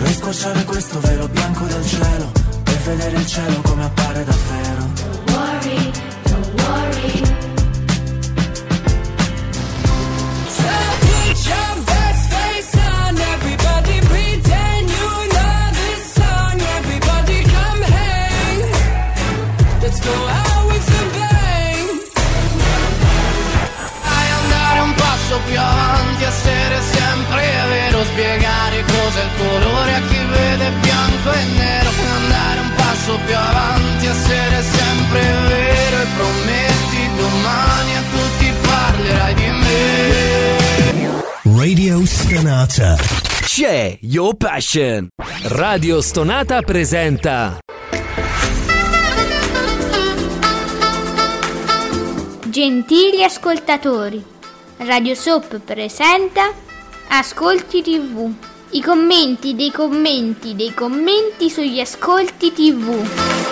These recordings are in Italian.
Squarciare questo velo bianco del cielo e vedere il cielo come appare davvero. Don't worry, don't worry. So put your best face on, everybody pretend you know this song. Everybody come hang, let's go out with the bang. Dai, andare un passo più avanti, essere sempre vero, spiegare cos'è il colore a chi vede bianco e nero. Andare un passo più avanti, essere sempre vero, e prometti domani a tutti parlerai di me. Radio Stonata. C'è Your Passion. Radio Stonata presenta Gentili ascoltatori, Radio Soap presenta Ascolti TV. I commenti dei commenti dei commenti sugli ascolti TV.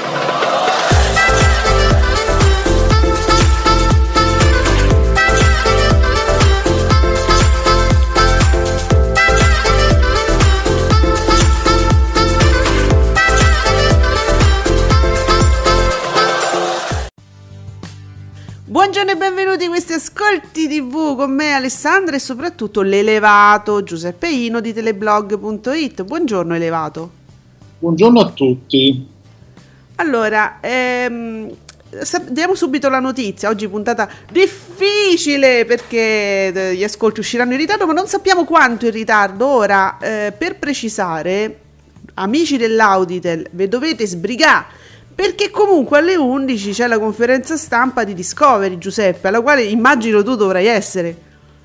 Buongiorno e benvenuti a questi Ascolti TV con me Alessandra e soprattutto l'elevato Giuseppe Ino di teleblog.it. Buongiorno elevato. Buongiorno a tutti. Allora, diamo subito la notizia. Oggi puntata difficile perché gli ascolti usciranno in ritardo, ma non sappiamo quanto in ritardo. Ora, per precisare, amici dell'Auditel, vi dovete sbrigare, perché comunque alle 11 c'è la conferenza stampa di Discovery, Giuseppe, alla quale immagino tu dovrai essere.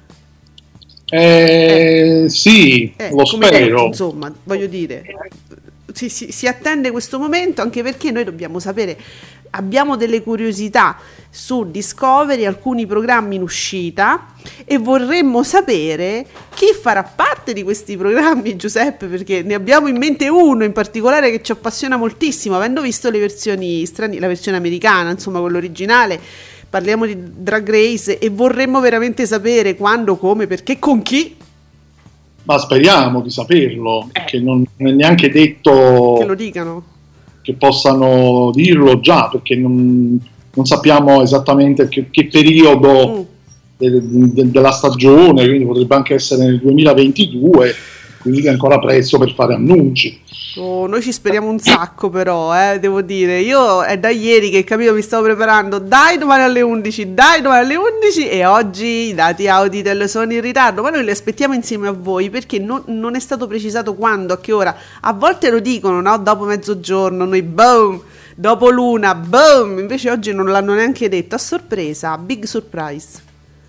Sì, lo spero. Insomma, voglio dire, si attende questo momento, anche perché noi dobbiamo sapere, abbiamo delle curiosità su Discovery, alcuni programmi in uscita, e vorremmo sapere chi farà parte di questi programmi, Giuseppe, perché ne abbiamo in mente uno in particolare che ci appassiona moltissimo, avendo visto le versioni la versione americana, insomma quello originale. Parliamo di Drag Race e vorremmo veramente sapere quando, come, perché, con chi. Ma speriamo di saperlo, perché non è neanche detto che lo dicano, che possano dirlo già, perché non sappiamo esattamente che periodo della stagione, quindi potrebbe anche essere nel 2022, quindi è ancora presto per fare annunci. Noi ci speriamo un sacco, però devo dire, io è da ieri che capito mi stavo preparando, dai domani alle 11, e oggi i dati Auditel sono in ritardo, ma noi li aspettiamo insieme a voi, perché non è stato precisato quando, a che ora. A volte lo dicono, no? Dopo mezzogiorno, noi boom, dopo l'una, boom, invece oggi non l'hanno neanche detto, a sorpresa, big surprise.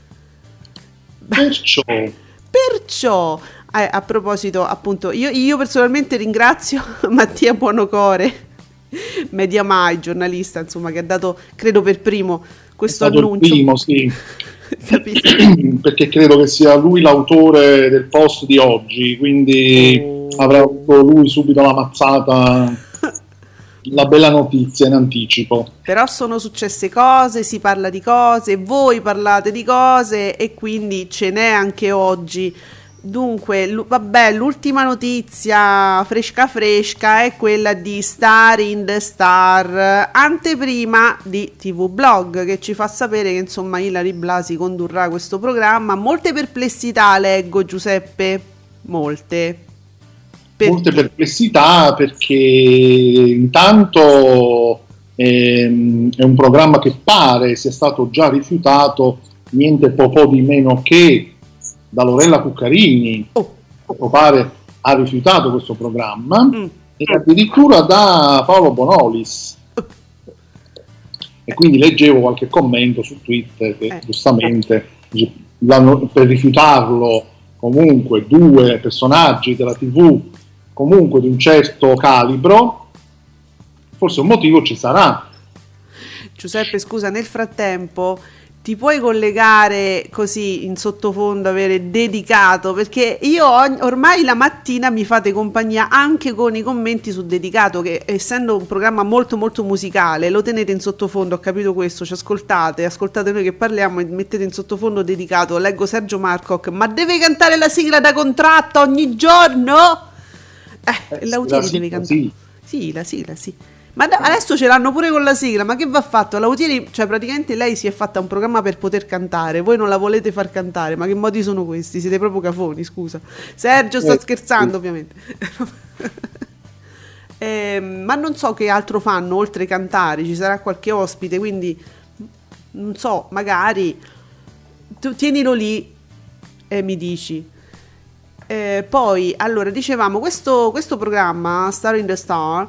Perciò a proposito, appunto, io personalmente ringrazio Mattia Buonocore, Mediamai, giornalista, insomma, che ha dato, credo per primo, questo annuncio. Il primo, sì. Perché credo che sia lui l'autore del post di oggi, quindi avrà avuto lui subito la mazzata, la bella notizia in anticipo. Però sono successe cose, si parla di cose, voi parlate di cose, e quindi ce n'è anche oggi. Dunque, vabbè, l'ultima notizia fresca è quella di Star in the Star, anteprima di TV Blog, che ci fa sapere che insomma Ilary Blasi condurrà questo programma. Molte perplessità leggo, Giuseppe, molte perplessità, perché intanto è un programma che pare sia stato già rifiutato niente po' di meno che da Lorella Cuccarini, pare ha rifiutato questo programma, e addirittura da Paolo Bonolis. E quindi leggevo qualche commento su Twitter che giustamente per rifiutarlo comunque due personaggi della TV comunque di un certo calibro, forse un motivo ci sarà. Giuseppe, scusa, nel frattempo ti puoi collegare così in sottofondo, avere dedicato, perché io ormai la mattina mi fate compagnia anche con i commenti su dedicato, che essendo un programma molto molto musicale lo tenete in sottofondo, ho capito questo, ci ascoltate noi che parliamo e mettete in sottofondo dedicato. Leggo Sergio Marcoc: ma deve cantare la sigla da contratto ogni giorno? Lautieri la deve sigla, cantare. Sì, la sigla, sì. Ma adesso ce l'hanno pure con la sigla, ma che va fatto? Lautieri, cioè praticamente lei si è fatta un programma per poter cantare, voi non la volete far cantare, ma che modi sono questi? Siete proprio cafoni, scusa. Sergio sta scherzando, ovviamente. Ma non so che altro fanno oltre cantare, ci sarà qualche ospite, quindi non so, magari tu tienilo lì e mi dici. Poi, allora, dicevamo, questo programma, Star in the Star,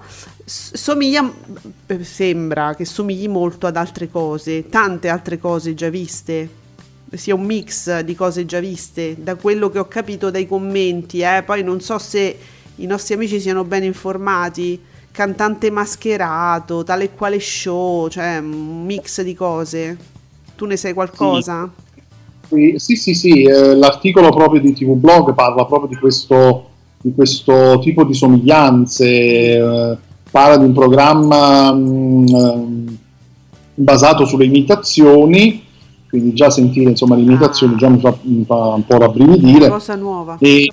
sembra che somigli molto ad altre cose, tante altre cose già viste, sia un mix di cose già viste, da quello che ho capito dai commenti, poi non so se i nostri amici siano ben informati, cantante mascherato, tale e quale show, cioè un mix di cose. Tu ne sai qualcosa? Sì, l'articolo proprio di TV Blog parla proprio di questo tipo di somiglianze, parla di un programma basato sulle imitazioni, quindi già sentire insomma le imitazioni già mi fa un po' rabbrividire. Una cosa nuova. E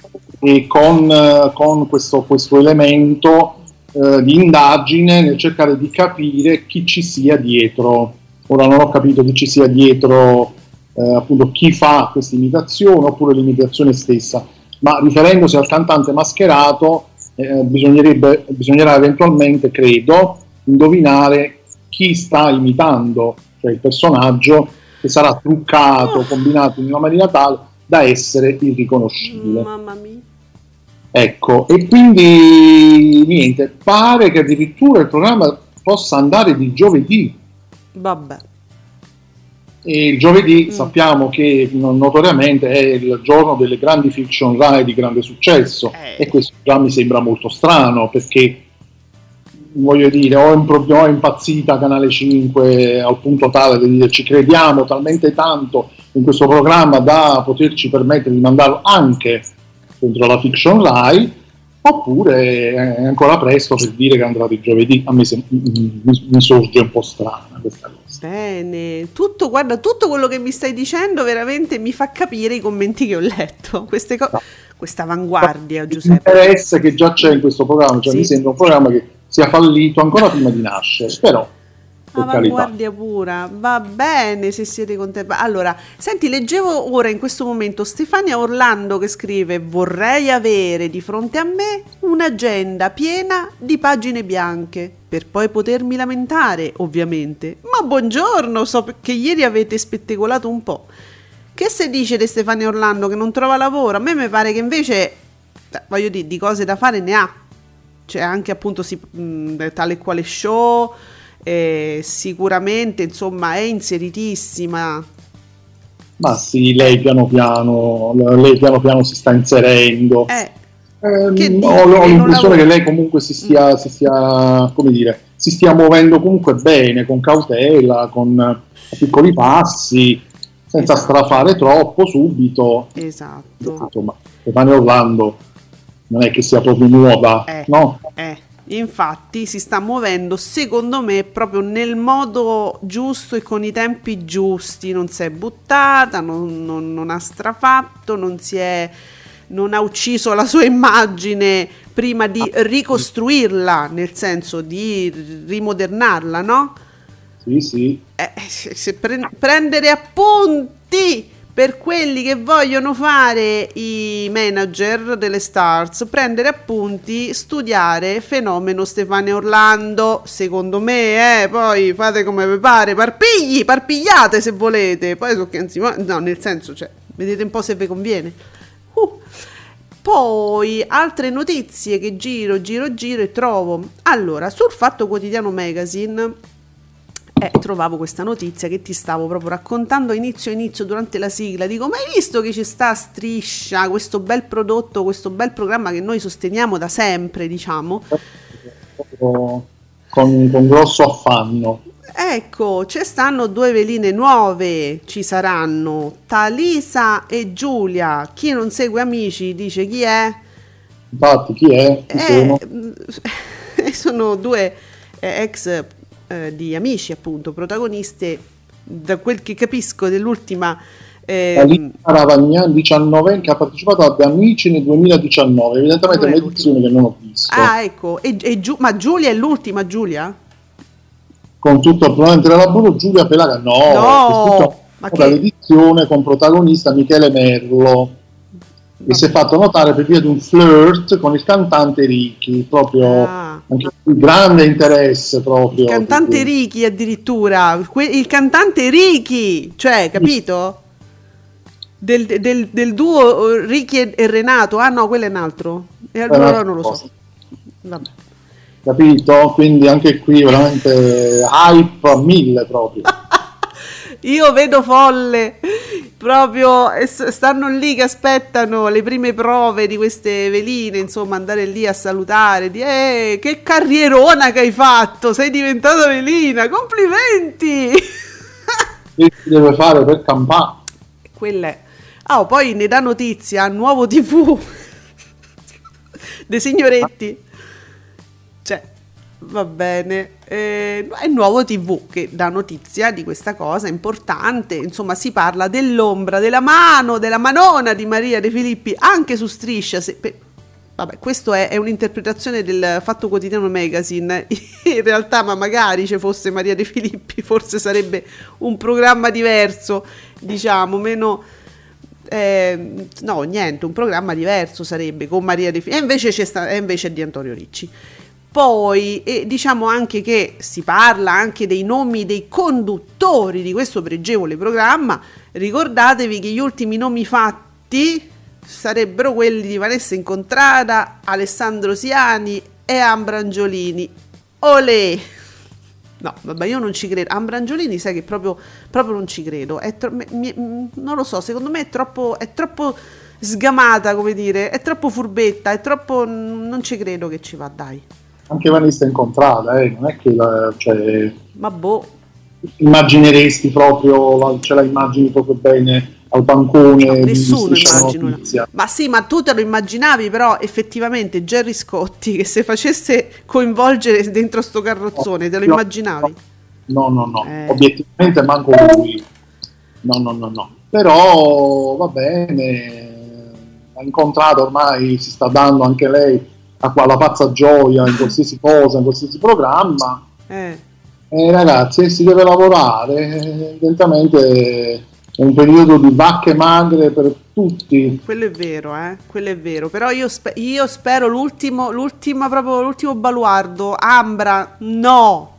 con questo elemento di indagine nel cercare di capire chi ci sia dietro. Ora non ho capito chi ci sia dietro, appunto chi fa questa imitazione oppure l'imitazione stessa, ma riferendosi al cantante mascherato bisognerà eventualmente, credo, indovinare chi sta imitando, cioè il personaggio che sarà truccato, combinato in una maniera tale da essere irriconoscibile. Mamma mia. Ecco, e quindi niente, pare che addirittura il programma possa andare di giovedì. Vabbè. E il giovedì sappiamo che notoriamente è il giorno delle grandi fiction Rai di grande successo, e questo già mi sembra molto strano, perché voglio dire, o è impazzita Canale 5 al punto tale di dire ci crediamo talmente tanto in questo programma da poterci permettere di mandarlo anche dentro la fiction Rai, oppure è ancora presto per dire che andrà di giovedì. A me mi sorge un po' strana questa cosa. Bene, tutto quello che mi stai dicendo veramente mi fa capire i commenti che ho letto, questa avanguardia, Giuseppe. L'interesse che già c'è in questo programma, cioè mi sembra un programma che sia fallito ancora prima di nascere, però avanguardia pura, va bene se siete contenti. Allora, senti, leggevo ora in questo momento Stefania Orlando che scrive: vorrei avere di fronte a me un'agenda piena di pagine bianche per poi potermi lamentare, ovviamente. Ma buongiorno, so che ieri avete spettacolato un po'. Che se dice di Stefania Orlando che non trova lavoro? A me mi pare che invece, voglio dire, di cose da fare ne ha. C'è anche appunto tale e quale show, sicuramente insomma è inseritissima. Ma sì, lei piano piano si sta inserendo. Ho l'impressione che lei comunque si stia muovendo comunque bene, con cautela, con piccoli passi, senza strafare troppo subito. Esatto. Insomma, Stefania Orlando non è che sia proprio nuova, no? Infatti si sta muovendo, secondo me, proprio nel modo giusto e con i tempi giusti. Non si è buttata, non ha strafatto, non ha ucciso la sua immagine prima di ricostruirla, nel senso di rimodernarla, no? Sì. Prendere appunti per quelli che vogliono fare i manager delle stars, prendere appunti, studiare fenomeno Stefania Orlando, secondo me, poi fate come vi pare, parpigliate se volete, poi no, nel senso, cioè, vedete un po' se vi conviene. Poi altre notizie che giro e trovo. Allora, sul Fatto Quotidiano Magazine trovavo questa notizia che ti stavo proprio raccontando inizio durante la sigla. Dico, ma hai visto che ci sta Striscia, questo bel prodotto, questo bel programma che noi sosteniamo da sempre, diciamo, con grosso affanno. Ecco, ci stanno 2 veline nuove, ci saranno Talisa e Giulia. Chi non segue Amici dice chi è? Infatti, chi è? Chi sono? Sono 2 ex di Amici, appunto, protagoniste, da quel che capisco, dell'ultima Ravagnan 19 che ha partecipato ad Amici nel 2019, evidentemente è un'edizione che non ho visto. Ah, ecco, ma Giulia è l'ultima, Giulia? Con tutto il probabilmente della lavoro Giulia Pelaga, no, ma l'edizione con protagonista Michele Merlo, che si è fatto notare per via di un flirt con il cantante Ricky, proprio anche un grande interesse proprio. Il cantante Ricky addirittura, il cantante Ricky, cioè, capito? Del duo Ricky e Renato. Ah no, quello è un altro. E allora non lo so. Vabbè. Capito? Quindi anche qui veramente hype a 1000 proprio. Io vedo folle proprio, stanno lì che aspettano le prime prove di queste veline, insomma, andare lì a salutare, che carrierona che hai fatto, sei diventata velina, complimenti. Che si deve fare per campare? Quelle. Poi ne dà notizia, nuovo TV dei signoretti, cioè, va bene. È nuovo TV che dà notizia di questa cosa importante, insomma si parla dell'ombra, della manona di Maria De Filippi anche su Striscia. Vabbè, questo è un'interpretazione del Fatto Quotidiano Magazine, in realtà, ma magari ci fosse Maria De Filippi forse sarebbe un programma diverso, diciamo, meno... no, niente, un programma diverso sarebbe con Maria De Filippi, e invece è di Antonio Ricci. Poi diciamo anche che si parla anche dei nomi dei conduttori di questo pregevole programma. Ricordatevi che gli ultimi nomi fatti sarebbero quelli di Vanessa Incontrada, Alessandro Siani e Ambrangiolini. Olè! No, vabbè, io non ci credo. Ambrangiolini, sai che proprio non ci credo. Non lo so, secondo me è troppo sgamata, come dire, è troppo furbetta, è troppo... non ci credo che ci va, dai. Anche Vanessa Incontrada, non è che cioè, ma boh, immagineresti proprio, ce la immagini proprio bene al bancone. No, nessuno immagina. Ma sì, ma tu te lo immaginavi, però effettivamente Gerry Scotti che se facesse coinvolgere dentro sto carrozzone, te lo immaginavi? No. Obiettivamente manco lui. No. Però va bene, ha incontrato, ormai si sta dando anche lei la pazza gioia in qualsiasi cosa, in qualsiasi programma. Ragazzi, si deve lavorare, evidentemente è un periodo di vacche magre per tutti. Quello è vero, però io spero l'ultimo baluardo, Ambra no,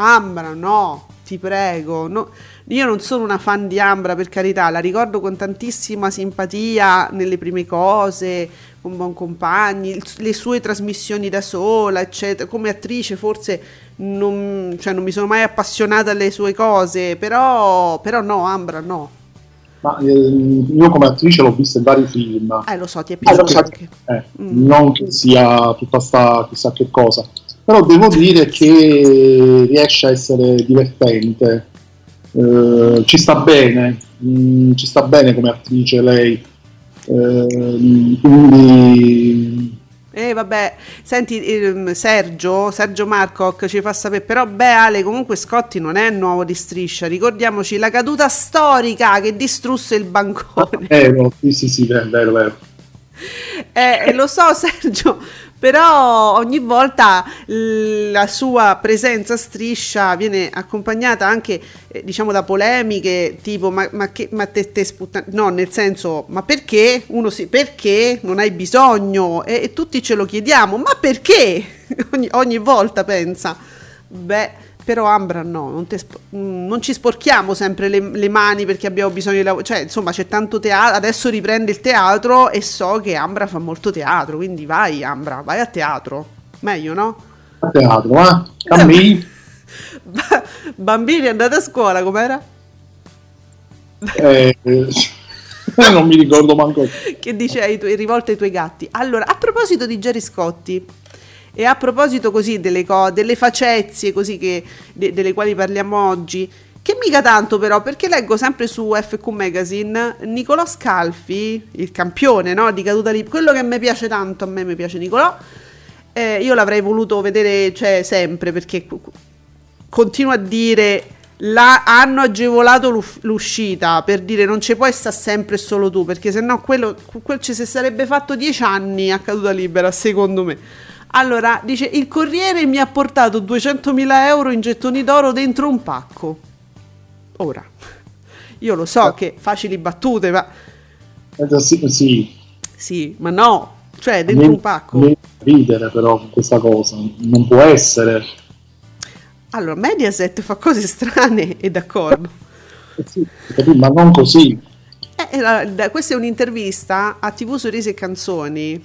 ti prego, no. Io non sono una fan di Ambra, per carità, la ricordo con tantissima simpatia nelle prime cose, con Boncompagni, le sue trasmissioni da sola, eccetera. Come attrice forse non mi sono mai appassionata alle sue cose, però no, Ambra no. Ma io come attrice l'ho vista in vari film. Lo so, ti è piaciuto anche. Non che sia tutta sta chissà che cosa, però devo dire che riesce a essere divertente. Ci sta bene come attrice lei, quindi vabbè, senti, Sergio Marcoc ci fa sapere, però Ale, comunque Scotti non è nuovo di Striscia, ricordiamoci la caduta storica che distrusse il bancone. Sì, vero. Lo so, Sergio, però ogni volta la sua presenza a Striscia viene accompagnata anche diciamo da polemiche tipo ma te sputtani, no, nel senso, ma perché? Perché non hai bisogno, e tutti ce lo chiediamo, ma perché? ogni volta pensa, però Ambra no, non ci sporchiamo sempre le mani perché abbiamo bisogno di lavoro, cioè insomma c'è tanto teatro, adesso riprende il teatro e so che Ambra fa molto teatro, quindi vai Ambra, vai a teatro, meglio, no? A teatro, cammini. Bambini, andate a scuola, com'era? Non mi ricordo manco. Che dice rivolte ai tuoi gatti. Allora, a proposito di Gerry Scotti e a proposito così delle facezie così delle quali parliamo oggi, che mica tanto però, perché leggo sempre su FQ Magazine Nicolò Scalfi, il campione, no, di caduta libera, quello che mi piace tanto, a me mi piace Nicolò, io l'avrei voluto vedere, cioè, sempre, perché continua a dire hanno agevolato l'uscita per dire non ci puoi stare sempre solo tu, perché sennò quello ci si sarebbe fatto 10 anni a caduta libera, secondo me. Allora, dice, il corriere mi ha portato 200.000 euro in gettoni d'oro dentro un pacco. Ora, io lo so che facili battute, ma... Sì, ma no, cioè dentro un pacco. Non ridere però questa cosa, non può essere. Allora, Mediaset fa cose strane e d'accordo. Sì, ma non così. Questa è un'intervista a TV Sorrisi e Canzoni.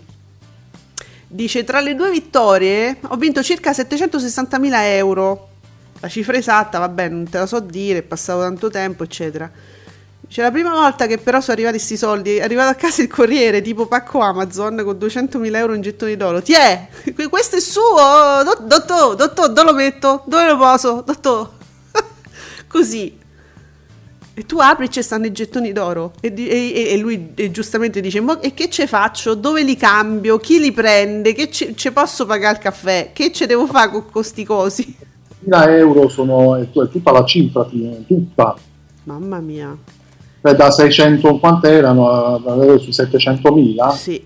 Dice, tra le 2 vittorie ho vinto circa 760.000 euro. La cifra esatta, vabbè, non te la so dire, è passato tanto tempo, eccetera. Dice, la prima volta che però sono arrivati sti soldi, è arrivato a casa il corriere, tipo pacco Amazon, con 200.000 euro in gettoni d'oro. Tiè, questo è suo, dottor, dove lo metto? Dove lo poso? Dottor. Così. E tu apri e ci stanno i gettoni d'oro. E lui giustamente dice, e che ce faccio? Dove li cambio? Chi li prende? Che ce posso pagare il caffè? Che ce devo fare con questi cosi? 1.000 euro è tutta la cifra, tutta. Mamma mia. Da 600, quanto erano? Su 700.000? Sì.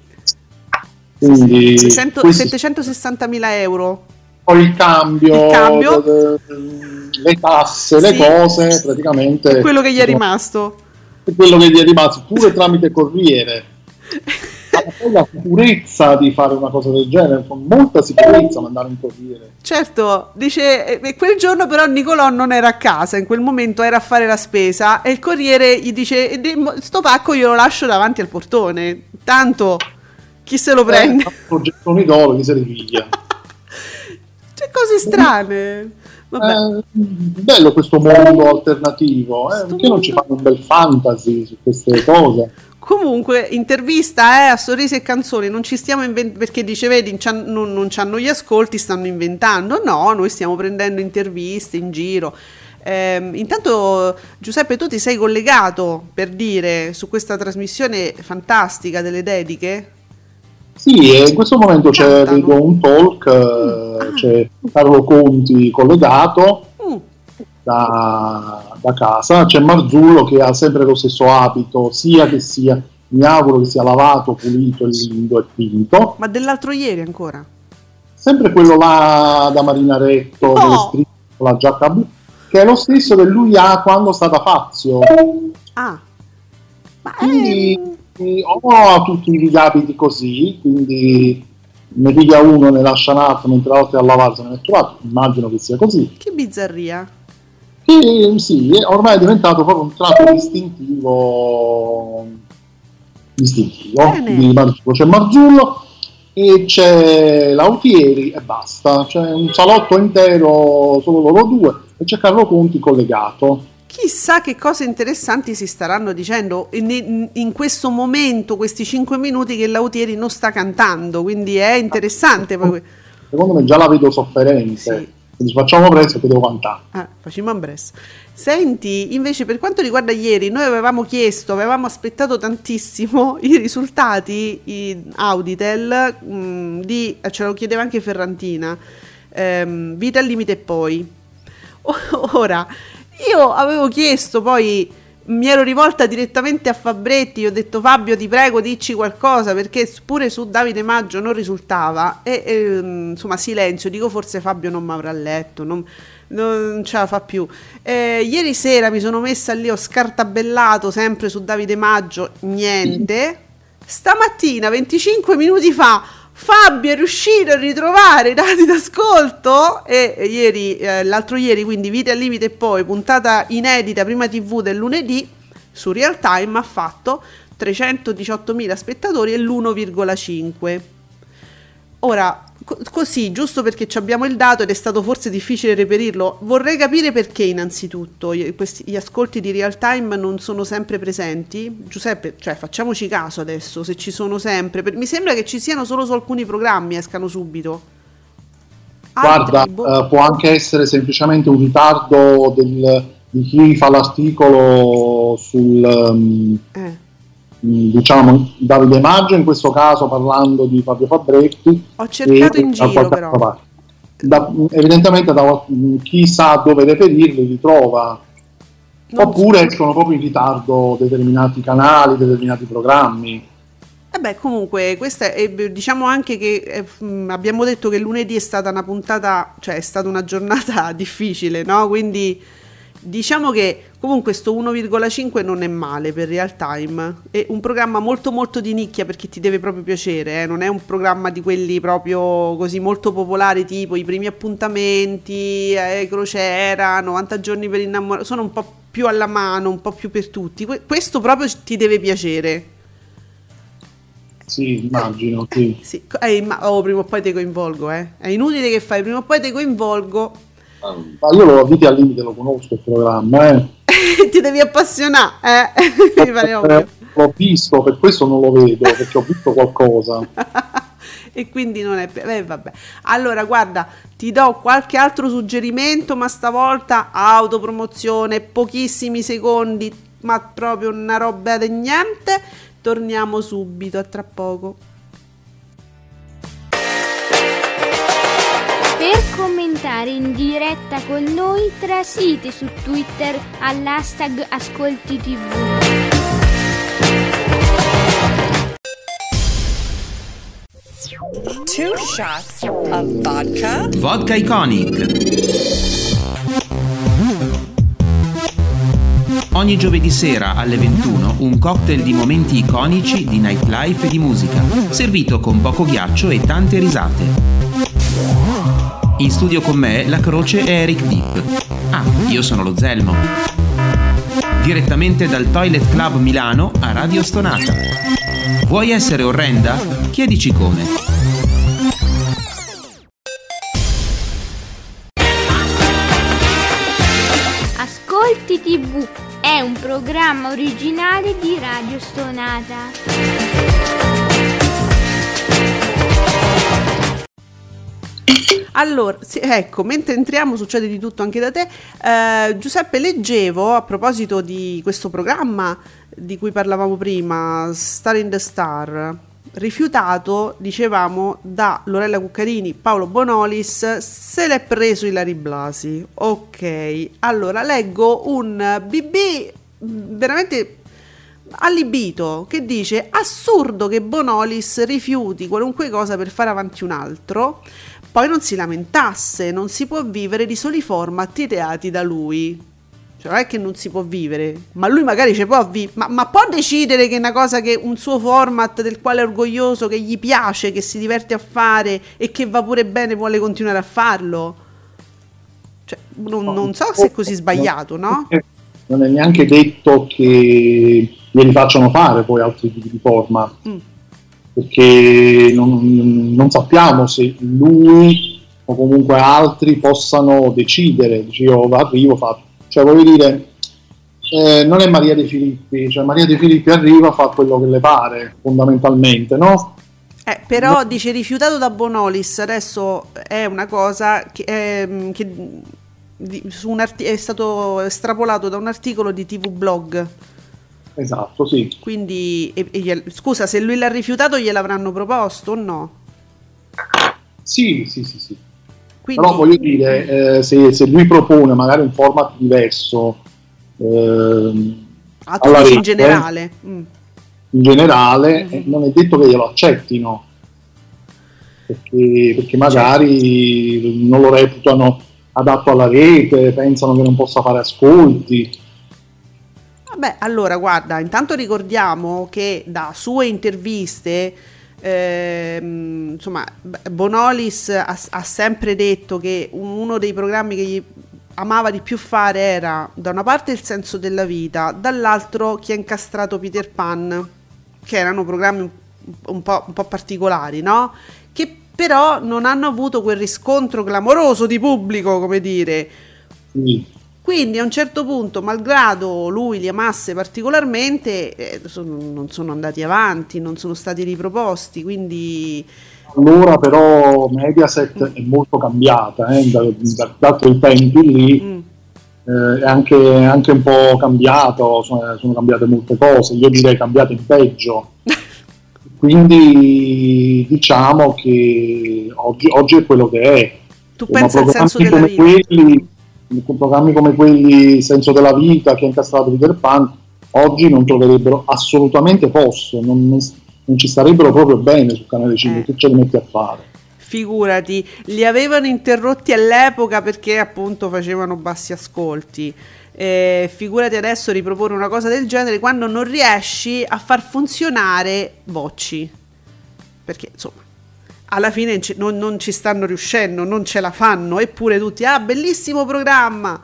Quindi 760.000 euro. Poi il cambio. Le tasse, le cose, praticamente... Quello che gli è rimasto. Quello che gli è rimasto, pure tramite corriere. Ma poi la sicurezza di fare una cosa del genere, con molta sicurezza mandare un corriere. Certo, dice, quel giorno però Nicolò non era a casa, in quel momento era a fare la spesa e il corriere gli dice, sto pacco io lo lascio davanti al portone, tanto chi se lo prende? Gettoni d'oro, chi se li piglia. C'è cose strane. Vabbè. Bello questo mondo alternativo, perché non ci fanno un bel fantasy su queste cose? Comunque, intervista a Sorrisi e Canzoni, non ci stiamo inventando, perché dice, vedi, non c'hanno gli ascolti, stanno inventando. No, noi stiamo prendendo interviste in giro. Intanto, Giuseppe, tu ti sei collegato, per dire, su questa trasmissione fantastica delle dediche? Sì, in questo momento c'è un talk, c'è Carlo Conti collegato da casa, c'è Marzullo che ha sempre lo stesso abito, sia che sia, mi auguro che sia lavato, pulito, lindo e finto. Ma dell'altro ieri ancora? Sempre quello là da Marinaretto, con la giacca blu, che è lo stesso che lui ha quando sta da Fazio. Quindi ho tutti gli abiti così, quindi ne piglia uno, ne lascia un altro, mentre l'altro è a lavare, se ne è trovato, immagino che sia così. Che bizzarria. Sì, ormai è diventato proprio un tratto distintivo di Marzullo. C'è Marzullo e c'è Lautieri e basta, c'è un salotto intero, solo loro due, e c'è Carlo Conti collegato. Chissà che cose interessanti si staranno dicendo in questo momento, questi 5 minuti che Lautieri non sta cantando, quindi è interessante. Secondo me già la vedo sofferente. Sì. Quindi facciamo presto che devo cantare. Facciamo un presto. Senti, invece, per quanto riguarda ieri, noi avevamo aspettato tantissimo i risultati Auditel ce lo chiedeva anche Ferrantina, Vita al limite e poi. Ora, io avevo chiesto, poi mi ero rivolta direttamente a Fabretti, ho detto Fabio ti prego dici qualcosa, perché pure su Davide Maggio non risultava e insomma silenzio, dico forse Fabio non mi avrà letto, non ce la fa più. Ieri sera mi sono messa lì, ho scartabellato sempre su Davide Maggio, niente. Stamattina 25 minuti fa Fabio è riuscito a ritrovare i dati d'ascolto e l'altro ieri, quindi Vita al limite e poi, puntata inedita Prima TV del lunedì, su Real Time ha fatto 318.000 spettatori e l'1,5. Ora, così, giusto perché abbiamo il dato ed è stato forse difficile reperirlo, vorrei capire perché innanzitutto gli ascolti di Real Time non sono sempre presenti. Giuseppe, cioè facciamoci caso adesso, se ci sono sempre, mi sembra che ci siano solo su alcuni programmi, escano subito. Guarda, può anche essere semplicemente un ritardo di chi fa l'articolo sul... diciamo Davide Maggio, in questo caso parlando di Fabio Fabretti. Ho cercato in giro però evidentemente da chi sa dove reperirli li trova. Oppure escono proprio in ritardo determinati canali, determinati programmi. Comunque, questa è, diciamo anche che abbiamo detto che lunedì è stata una puntata, cioè è stata una giornata difficile, no? Quindi diciamo che comunque sto 1,5 non è male per Real Time. È un programma molto molto di nicchia, perché ti deve proprio piacere, non è un programma di quelli proprio così molto popolari, tipo I Primi Appuntamenti, Crociera, 90 giorni per innamorare, sono un po' più alla mano, un po' più per tutti. Questo proprio ti deve piacere. Sì, immagino, sì. Sì. Prima o poi te coinvolgo, È inutile che fai, prima o poi te coinvolgo. Ma io lo Vite al Limite lo conosco il programma, Ti devi appassionare, Mi pare ovvio. L'ho visto, per questo non lo vedo, perché ho visto qualcosa. E quindi non è... vabbè. Allora, guarda, ti do qualche altro suggerimento, ma stavolta autopromozione, pochissimi secondi, ma proprio una roba di niente. Torniamo subito, a tra poco. Per commentare in diretta con noi, trasite su Twitter all'hashtag Ascolti TV. Two shots of vodka. Vodka Iconic. Ogni giovedì sera alle 21 un cocktail di momenti iconici di nightlife e di musica, servito con poco ghiaccio e tante risate. In studio con me la croce è Eric Deep. Io sono lo Zelmo. Direttamente dal Toilet Club Milano a Radio Stonata. Vuoi essere orrenda? Chiedici come. Ascolti TV è un programma originale di Radio Stonata. Allora, ecco, mentre entriamo succede di tutto anche da te. Giuseppe, leggevo a proposito di questo programma di cui parlavamo prima, Star in the Star, rifiutato, dicevamo, da Lorella Cuccarini, Paolo Bonolis, se l'è preso Ilary Blasi. Ok, allora leggo un BB veramente allibito che dice: assurdo che Bonolis rifiuti qualunque cosa per fare avanti un altro, poi non si lamentasse, non si può vivere di soli format ideati da lui. Cioè, non è che non si può vivere, ma lui magari ci può ma può decidere che è una cosa, che un suo format del quale è orgoglioso, che gli piace, che si diverte a fare e che va pure bene, vuole continuare a farlo. Cioè, non so se è così sbagliato, no? Non è neanche detto che glieli facciano fare poi altri tipi di format, perché non sappiamo se lui o comunque altri possano decidere. Dice, io arrivo, faccio. Cioè, voglio dire, non è Maria De Filippi, cioè Maria De Filippi arriva, fa quello che le pare, fondamentalmente, no? Però dice rifiutato da Bonolis, adesso è una cosa che è stato estrapolato da un articolo di TV Blog. Esatto, sì. Quindi, scusa, se lui l'ha rifiutato gliel'avranno proposto o no? Sì. Quindi, però voglio dire, se lui propone magari un format diverso alla rete, in generale, in generale non è detto che glielo accettino, perché magari non lo reputano adatto alla rete, pensano che non possa fare ascolti. Vabbè, allora guarda, intanto ricordiamo che da sue interviste insomma, Bonolis ha sempre detto che uno dei programmi che gli amava di più fare era, da una parte, Il senso della vita, dall'altro Chi ha incastrato Peter Pan, che erano programmi un po' particolari, no? Che però non hanno avuto quel riscontro clamoroso di pubblico, come dire. Quindi a un certo punto, malgrado lui li amasse particolarmente, non sono andati avanti, non sono stati riproposti, quindi... Allora però Mediaset è molto cambiata, da quei tempi lì è anche un po' cambiato, sono cambiate molte cose, io direi cambiate in peggio. Quindi diciamo che oggi è quello che è. Tu pensi al senso della vita? Programmi come quelli Senso della vita, che ha incastrato Peter Pan, oggi non troverebbero assolutamente posto, non ci starebbero proprio bene sul canale 5, che ce li metti a fare? Figurati, li avevano interrotti all'epoca perché appunto facevano bassi ascolti. Figurati adesso riproporre una cosa del genere quando non riesci a far funzionare Bocci, perché insomma alla fine non ci stanno riuscendo, non ce la fanno, eppure tutti, bellissimo programma.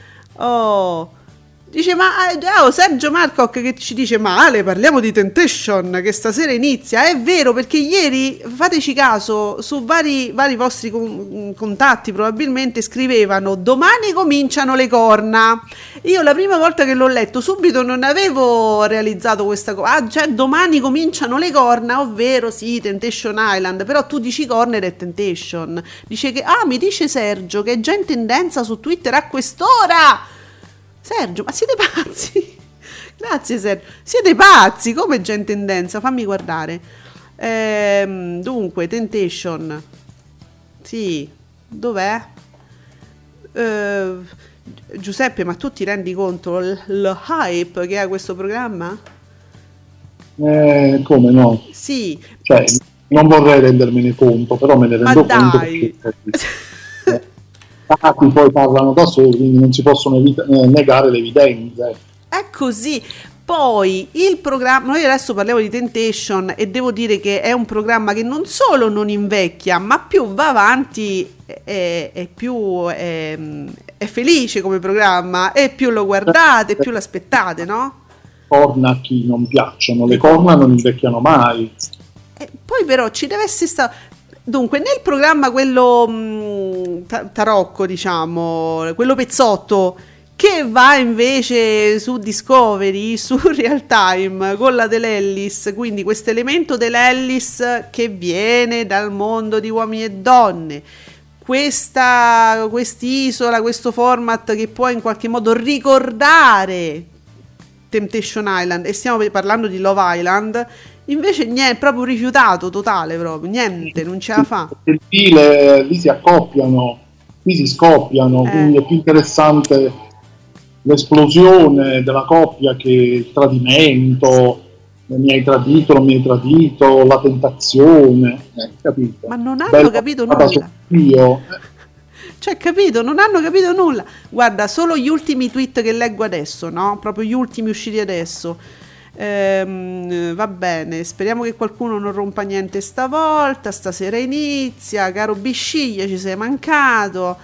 Dice, Sergio Marcoc che ci dice, ma Ale, parliamo di Temptation che stasera inizia. È vero, perché ieri, fateci caso, su vari vostri contatti probabilmente scrivevano domani cominciano le corna. Io la prima volta che l'ho letto subito non avevo realizzato questa cosa, cioè domani cominciano le corna, ovvero sì, Temptation Island, però tu dici Corner e Temptation. Dice che, mi dice Sergio che è già in tendenza su Twitter a quest'ora. Sergio, ma siete pazzi? Grazie Sergio, siete pazzi, come già in tendenza? Fammi guardare. Dunque, Temptation, sì, dov'è? Giuseppe, ma tu ti rendi conto lo hype che ha questo programma? Come no? Sì. Cioè, non vorrei rendermene conto, però me ne rendo conto. Poi parlano da soli, quindi non si possono negare le evidenze. È così. Poi il programma, noi adesso parliamo di Temptation e devo dire che è un programma che non solo non invecchia, ma più va avanti è più è felice come programma, e più lo guardate, più l'aspettate, no? Corna a chi non piacciono, le corna non invecchiano mai. Poi però ci deve essere dunque, nel programma quello tarocco, diciamo, quello pezzotto, che va invece su Discovery, su Real Time, con la dell'Ellis, quindi questo elemento dell'Ellis che viene dal mondo di uomini e donne, quest'isola, questo format che può in qualche modo ricordare Temptation Island, e stiamo parlando di Love Island. Invece niente, proprio rifiutato totale, proprio niente, non ce la fa. Lì si accoppiano, qui si scoppiano, quindi è più interessante l'esplosione della coppia che il tradimento, mi hai tradito, non mi hai tradito, la tentazione, capito? Ma non hanno capito nulla. Cioè, capito, non hanno capito nulla. Guarda, solo gli ultimi tweet che leggo adesso, no? Proprio gli ultimi usciti adesso. Va bene, speriamo che qualcuno non rompa niente stavolta. Stasera inizia, caro Bisciglia, ci sei mancato.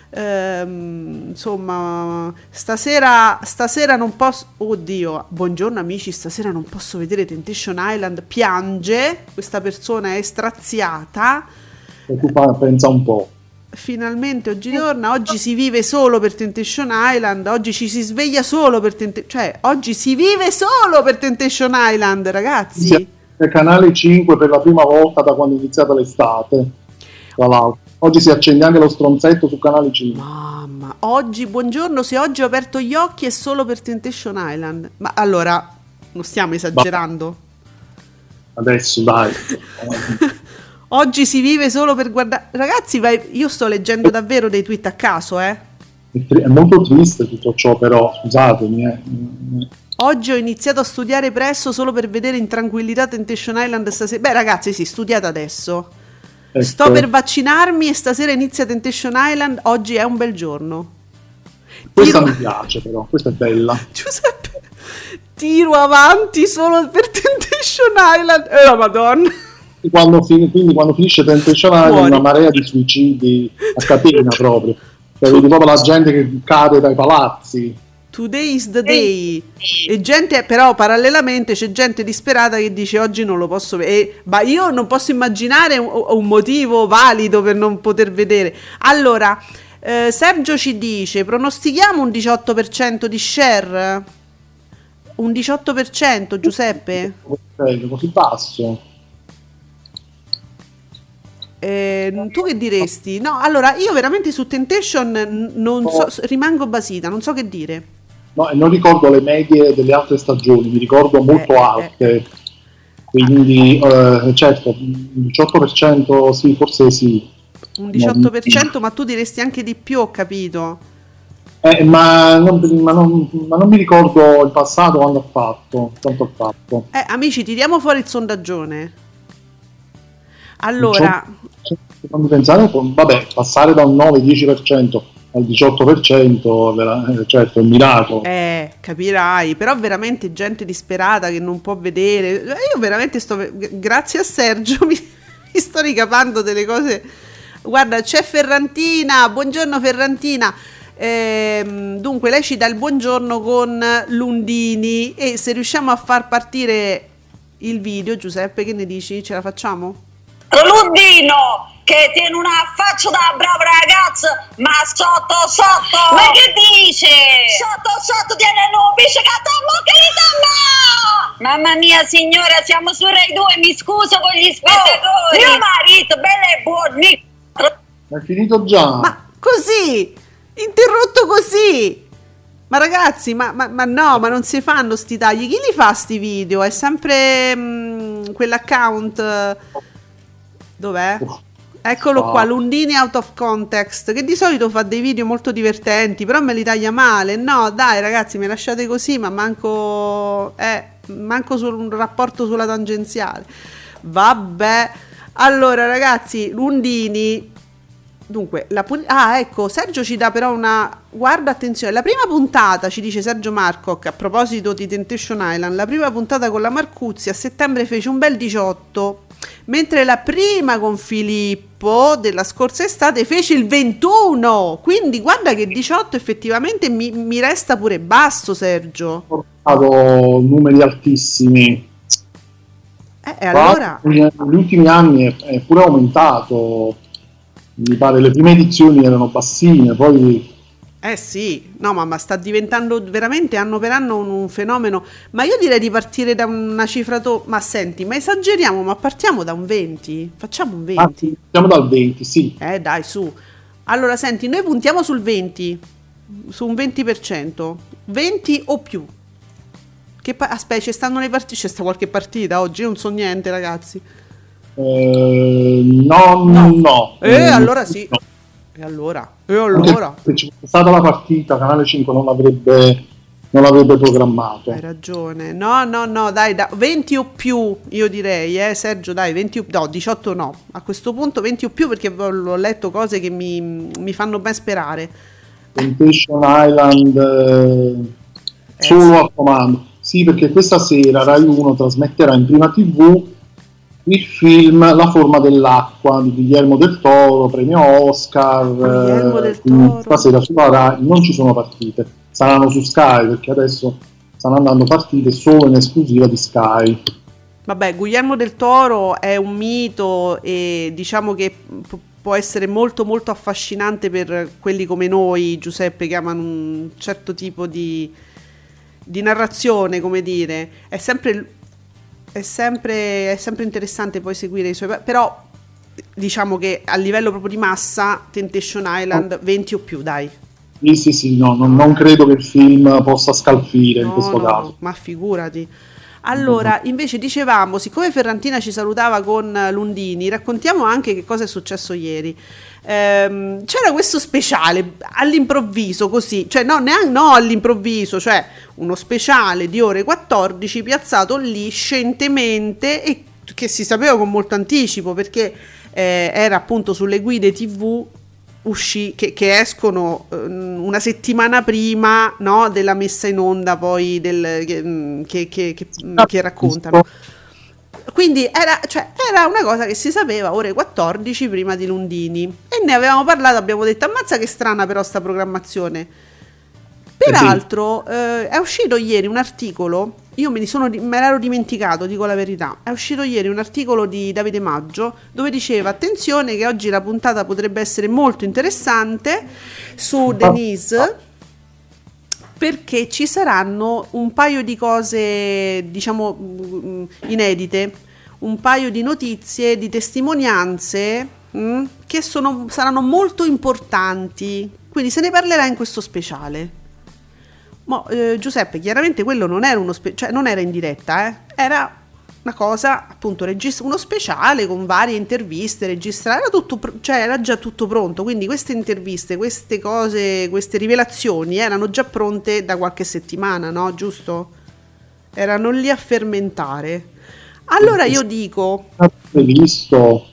Insomma, stasera non posso. Oddio, buongiorno amici, stasera non posso vedere Temptation Island. Piange, questa persona è straziata. E tu pensa un po'. Finalmente oggi torna, oggi si vive solo per Temptation Island, oggi ci si sveglia solo per cioè oggi si vive solo per Temptation Island, ragazzi. Sì, canale 5 per la prima volta da quando è iniziata l'estate, tra l'altro. Oggi si accende anche lo stronzetto su canale 5. Mamma, oggi, buongiorno, se oggi ho aperto gli occhi è solo per Temptation Island. Ma allora, non stiamo esagerando? Adesso dai. Oggi si vive solo per guardare. Ragazzi, io sto leggendo davvero dei tweet a caso, È molto triste tutto ciò, però, scusatemi. Oggi ho iniziato a studiare presto solo per vedere in tranquillità Temptation Island stasera. Beh, ragazzi, sì, studiate adesso. Sto per vaccinarmi e stasera inizia Temptation Island. Oggi è un bel giorno. Questa mi piace, però, questa è bella. Giuseppe, tiro avanti solo per Temptation Island. La Madonna. Quindi quando finisce Temptation Island, una marea di suicidi a catena proprio. Cioè, vedi proprio la gente che cade dai palazzi. Today is the day. E gente, però parallelamente c'è gente disperata che dice oggi non lo posso vedere. Ma io non posso immaginare un motivo valido per non poter vedere. Allora, Sergio ci dice, pronostichiamo un 18% di share? Un 18%, Giuseppe? Così basso. Tu che diresti? No, allora io veramente su Temptation non so, rimango basita, non so che dire. No, e non ricordo le medie delle altre stagioni, mi ricordo molto alte. Quindi certo, il 18% sì, forse sì. Un 18%, ma tu diresti anche di più, ho capito. Ma non mi ricordo il passato quanto ho fatto. Amici, tiriamo fuori il sondaggione. Allora, Fammi pensare, vabbè, passare da un 9-10% al 18%, certo, è un miracolo. capirai, però veramente gente disperata che non può vedere. Io veramente grazie a Sergio mi sto ricapando delle cose. Guarda, c'è Ferrantina, buongiorno Ferrantina. Dunque lei ci dà il buongiorno con Lundini, e se riusciamo a far partire il video, Giuseppe, che ne dici? Ce la facciamo? Lundino, che tiene una faccia da bravo ragazzo, ma sotto sotto, ma che dice? Sotto tiene un piscicato che mamma mia signora, siamo su Rai 2, mi scuso con gli spettatori. Mio marito, bello e buono. È finito già. Ma così, interrotto così. Ma ragazzi, ma no, ma non si fanno sti tagli. Chi li fa sti video? È sempre quell'account. Dov'è? Eccolo qua, Lundini Out of Context, che di solito fa dei video molto divertenti, però me li taglia male. No, dai ragazzi, mi lasciate così, ma manco su un rapporto sulla tangenziale. Vabbè. Allora ragazzi, Lundini. Dunque, ecco, Sergio ci dà però guarda, attenzione, la prima puntata, ci dice Sergio Marcoc, a proposito di Temptation Island, la prima puntata con la Marcuzzi a settembre fece un bel 18, mentre la prima con Filippo della scorsa estate fece il 21, quindi guarda che 18 effettivamente mi resta pure basso, Sergio. Ho portato numeri altissimi. Allora negli ultimi anni è pure aumentato. Mi pare le prime edizioni erano bassine, poi sì, no, ma sta diventando veramente anno per anno un fenomeno. Ma io direi di partire da una cifra ma senti, ma esageriamo, ma partiamo da un 20, facciamo un 20. Partiamo dal 20, sì. Dai, su. Allora senti, noi puntiamo sul 20, su un 20%, 20 o più. Aspetta, ci stanno le partite, c'è sta qualche partita oggi, io non so niente ragazzi. No. Allora sì. No. E allora? Se c'è stata la partita, Canale 5 non l'avrebbe programmato. Hai ragione. No, dai, 20 o più, io direi, Sergio, dai, 20 o no, 18 no. A questo punto 20 o più, perché ho letto cose che mi fanno ben sperare. Temptation Island solo a comando. Sì, perché questa sera Rai 1 trasmetterà in prima TV il film La forma dell'acqua di Guillermo del Toro, premio Oscar. Guillermo del Toro. Stasera sulla Rai non ci sono partite, saranno su Sky, perché adesso stanno andando partite solo in esclusiva di Sky. Vabbè, Guillermo del Toro è un mito e diciamo che può essere molto molto affascinante per quelli come noi, Giuseppe, che amano un certo tipo di narrazione, come dire. È sempre interessante poi seguire i suoi, però diciamo che a livello proprio di massa Temptation Island 20 o più, dai. Sì, no, non credo che il film possa scalfire in questo caso. Ma figurati. Allora, invece dicevamo, siccome Ferrantina ci salutava con Lundini, raccontiamo anche che cosa è successo ieri. C'era questo speciale all'improvviso, così, cioè no all'improvviso, cioè uno speciale di ore 14 piazzato lì scientemente e che si sapeva con molto anticipo, perché era appunto sulle guide TV che escono una settimana prima, no, della messa in onda poi che raccontano. Quindi era una cosa che si sapeva ore 14 prima di Lundini, e ne avevamo parlato, abbiamo detto ammazza che strana però sta programmazione. Peraltro è uscito ieri un articolo, io me l'ero dimenticato, dico la verità, è uscito ieri un articolo di Davide Maggio dove diceva attenzione che oggi la puntata potrebbe essere molto interessante su Denise, perché ci saranno un paio di cose, diciamo, inedite, un paio di notizie, di testimonianze che saranno molto importanti, quindi se ne parlerà in questo speciale. Giuseppe, chiaramente quello non era cioè non era in diretta, era una cosa, appunto, uno speciale con varie interviste registrate, era tutto, cioè era già tutto pronto, quindi queste interviste, queste cose, queste rivelazioni erano già pronte da qualche settimana, no? Giusto? Erano lì a fermentare. Allora io dico... Visto.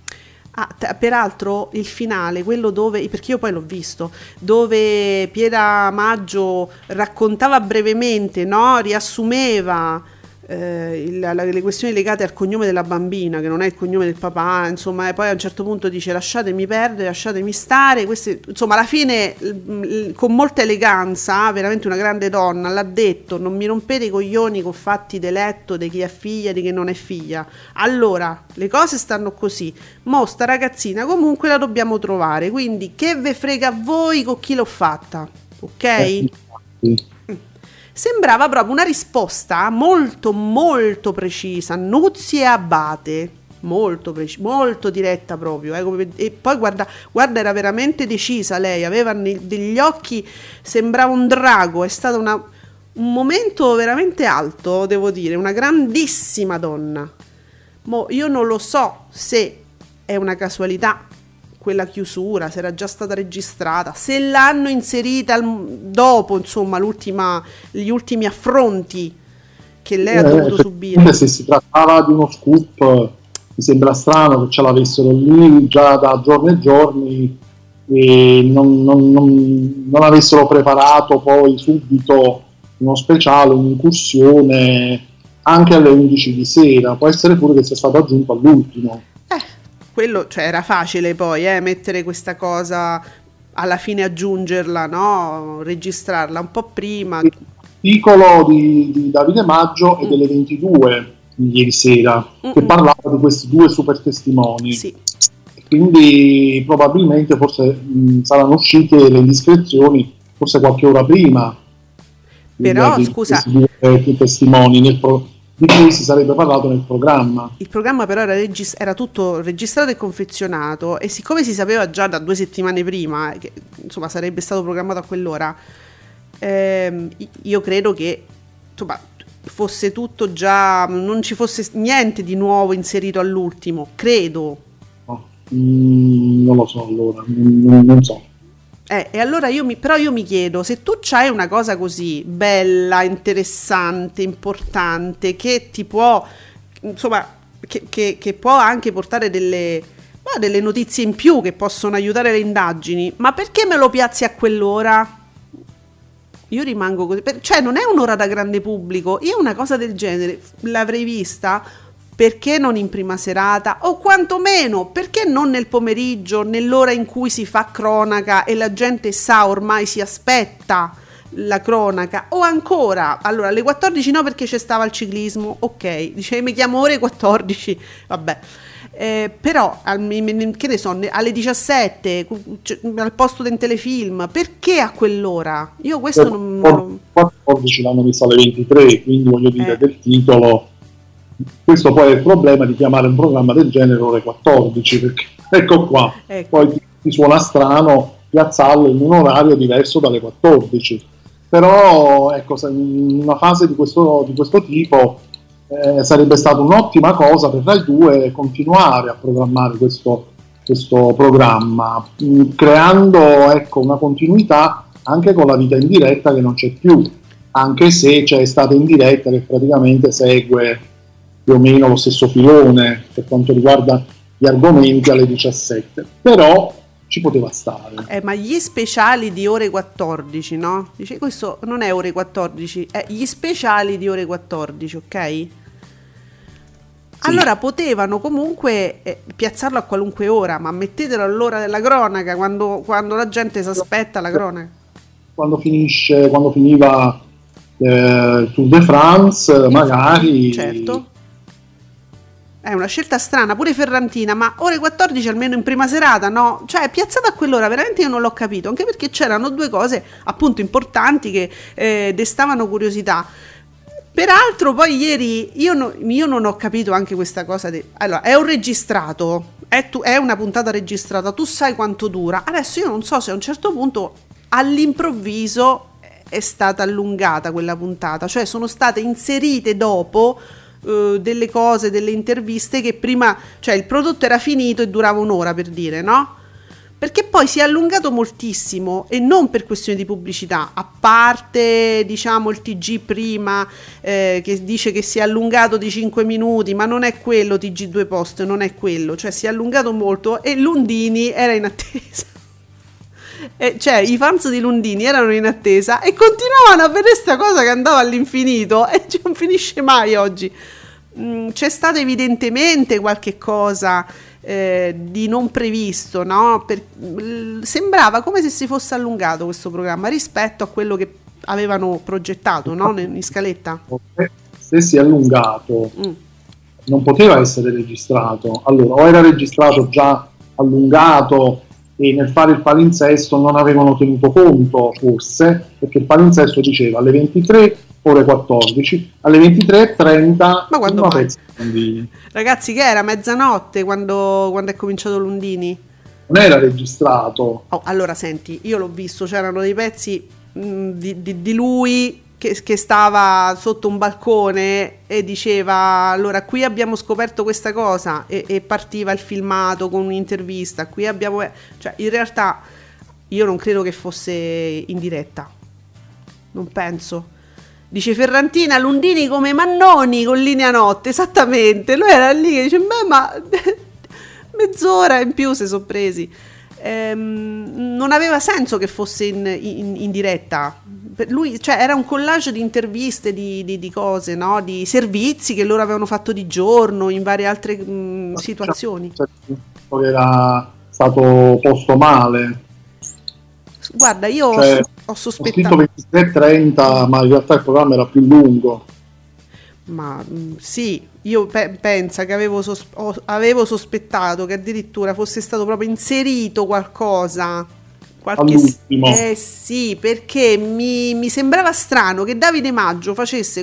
Peraltro il finale, quello dove, perché io poi l'ho visto, dove Piera Maggio raccontava brevemente, no? Riassumeva le questioni legate al cognome della bambina, che non è il cognome del papà, insomma, e poi a un certo punto dice lasciatemi perdere, lasciatemi stare, insomma, alla fine con molta eleganza, veramente una grande donna, l'ha detto: non mi rompete i coglioni con fatti d'eletto di chi è figlia, di chi non è figlia. Allora, le cose stanno così, mo sta ragazzina comunque la dobbiamo trovare, quindi che ve frega a voi con chi l'ho fatta, ok? Sembrava proprio una risposta molto molto precisa, Nuzzi e Abate, molto diretta proprio, e poi guarda, era veramente decisa lei, aveva degli occhi, sembrava un drago, è stato un momento veramente alto, devo dire, una grandissima donna. Io non lo so se è una casualità quella chiusura, se era già stata registrata, se l'hanno inserita dopo, insomma, gli ultimi affronti che lei ha dovuto subire. Se si trattava di uno scoop, mi sembra strano che ce l'avessero lì già da giorni e giorni e non avessero preparato poi subito uno speciale, un'incursione anche alle 11 di sera. Può essere pure che sia stato aggiunto all'ultimo. Quello, cioè, era facile poi mettere questa cosa alla fine, aggiungerla, no? Registrarla un po' prima. L'articolo di Davide Maggio è delle 22 ieri sera, che parlava di questi due super testimoni. Sì. Quindi probabilmente forse saranno uscite le indiscrezioni forse qualche ora prima. Però scusa, questi due testimoni di cui si sarebbe parlato nel programma. Il programma però era tutto registrato e confezionato, e siccome si sapeva già da 2 settimane prima che insomma sarebbe stato programmato a quell'ora, io credo che insomma fosse tutto già, non ci fosse niente di nuovo inserito all'ultimo, credo. No, non lo so, allora non so. E allora io mi chiedo, se tu c'hai una cosa così bella, interessante, importante, che ti può, insomma, che può anche portare delle notizie in più che possono aiutare le indagini, ma perché me lo piazzi a quell'ora? Io rimango così, cioè non è un'ora da grande pubblico, io una cosa del genere l'avrei vista. Perché non in prima serata, o quantomeno perché non nel pomeriggio, nell'ora in cui si fa cronaca e la gente sa, ormai si aspetta la cronaca, o ancora, allora alle 14 no, perché c'è stava il ciclismo, ok, dice mi chiamo ore 14, vabbè, però che ne so, alle 17 al posto del telefilm, perché a quell'ora? Io questo non... 14 l'hanno messa alle 23, quindi voglio dire del titolo. Questo poi è il problema di chiamare un programma del genere ore 14, perché ecco qua, poi ti suona strano piazzarlo in un orario diverso dalle 14, però ecco, in una fase di questo tipo sarebbe stata un'ottima cosa per Rai 2 continuare a programmare questo programma, creando ecco una continuità anche con la vita in diretta che non c'è più, anche se c'è stata in diretta che praticamente segue più o meno lo stesso filone per quanto riguarda gli argomenti alle 17, però ci poteva stare. Ma gli speciali di ore 14, no? Dice, questo non è ore 14, è gli speciali di ore 14, ok? Sì. Allora potevano comunque piazzarlo a qualunque ora, ma mettetelo all'ora della cronaca, quando la gente si aspetta la cronaca. Quando finiva Tour de France, magari... Certo. È una scelta strana, pure ferrantina, ma ore 14 almeno in prima serata, no? Cioè, piazzata a quell'ora, veramente io non l'ho capito, anche perché c'erano due cose appunto importanti che destavano curiosità. Peraltro poi ieri io non ho capito anche questa cosa allora, è un registrato, è una puntata registrata, tu sai quanto dura. Adesso io non so se a un certo punto all'improvviso è stata allungata quella puntata, cioè sono state inserite dopo delle cose, delle interviste che prima, cioè il prodotto era finito e durava un'ora, per dire, no? Perché poi si è allungato moltissimo, e non per questioni di pubblicità, a parte diciamo il TG prima che dice che si è allungato di 5 minuti, ma non è quello, TG2 Post non è quello, cioè si è allungato molto, e Lundini era in attesa. Cioè i fans di Lundini erano in attesa e continuavano a vedere questa cosa che andava all'infinito e non finisce mai oggi. C'è stato evidentemente qualche cosa di non previsto, no? Sembrava come se si fosse allungato questo programma rispetto a quello che avevano progettato, no? In scaletta. Se si è allungato non poteva essere registrato, allora o era registrato già allungato e nel fare il palinsesto non avevano tenuto conto, forse, perché il palinsesto diceva alle 23 ore 14, alle 23:30 ma quando mai? Lundini. Ragazzi, che era mezzanotte quando è cominciato Lundini? Non era registrato. Allora senti, io l'ho visto, c'erano dei pezzi di lui che stava sotto un balcone e diceva: allora qui abbiamo scoperto questa cosa, e partiva il filmato con un'intervista, qui abbiamo, cioè in realtà io non credo che fosse in diretta, non penso. Dice Ferrantina, Lundini come Mannoni con Linea Notte, esattamente, lui era lì che dice: beh, ma mezz'ora in più si sono presi. Non aveva senso che fosse in diretta. Per lui, cioè, era un collage di interviste, di cose, no? Di servizi che loro avevano fatto di giorno in varie altre situazioni. Era stato posto male. Guarda, io ho sospettato. Ho scritto 23:30, ma in realtà il programma era più lungo. Ma sì, io penso che avevo sospettato che addirittura fosse stato proprio inserito qualcosa. All'ultimo. Sì, perché mi sembrava strano che Davide Maggio facesse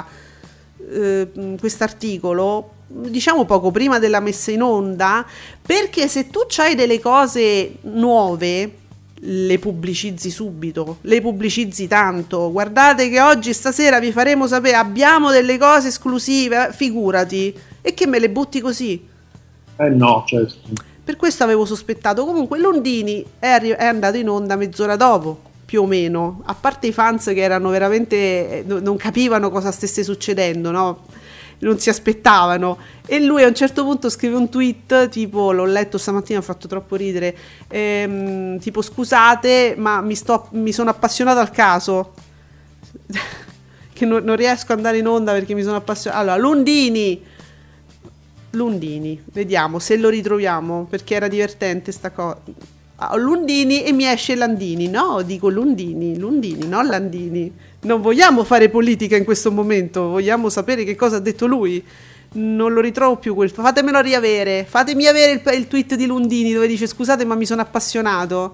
quest'articolo, diciamo poco prima della messa in onda, perché se tu c'hai delle cose nuove le pubblicizzi subito, le pubblicizzi tanto. Guardate che oggi, stasera vi faremo sapere, abbiamo delle cose esclusive, figurati, e che me le butti così? No, certo. Per questo avevo sospettato. Comunque Lundini è andato in onda mezz'ora dopo, più o meno, a parte i fans che erano veramente, non capivano cosa stesse succedendo, no? Non si aspettavano, e lui a un certo punto scrive un tweet tipo, l'ho letto stamattina, ha fatto troppo ridere, tipo: scusate ma mi sono appassionato al caso che non riesco ad andare in onda perché mi sono appassionato. Allora Lundini, vediamo se lo ritroviamo, perché era divertente sta cosa. Lundini, e mi esce Landini. No, dico Lundini, non Landini. Non vogliamo fare politica in questo momento, vogliamo sapere che cosa ha detto lui. Non lo ritrovo più fatemelo riavere, fatemi avere il tweet di Lundini dove dice: scusate ma mi sono appassionato.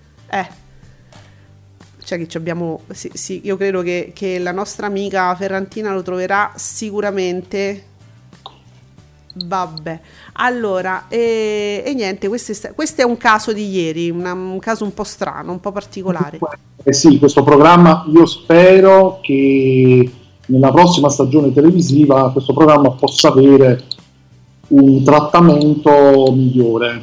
Cioè che abbiamo, sì, io credo che la nostra amica Ferrantina lo troverà sicuramente. Vabbè, allora e niente, questo è un caso di ieri, un caso un po' strano, un po' particolare. Sì, questo programma, io spero che nella prossima stagione televisiva questo programma possa avere un trattamento migliore.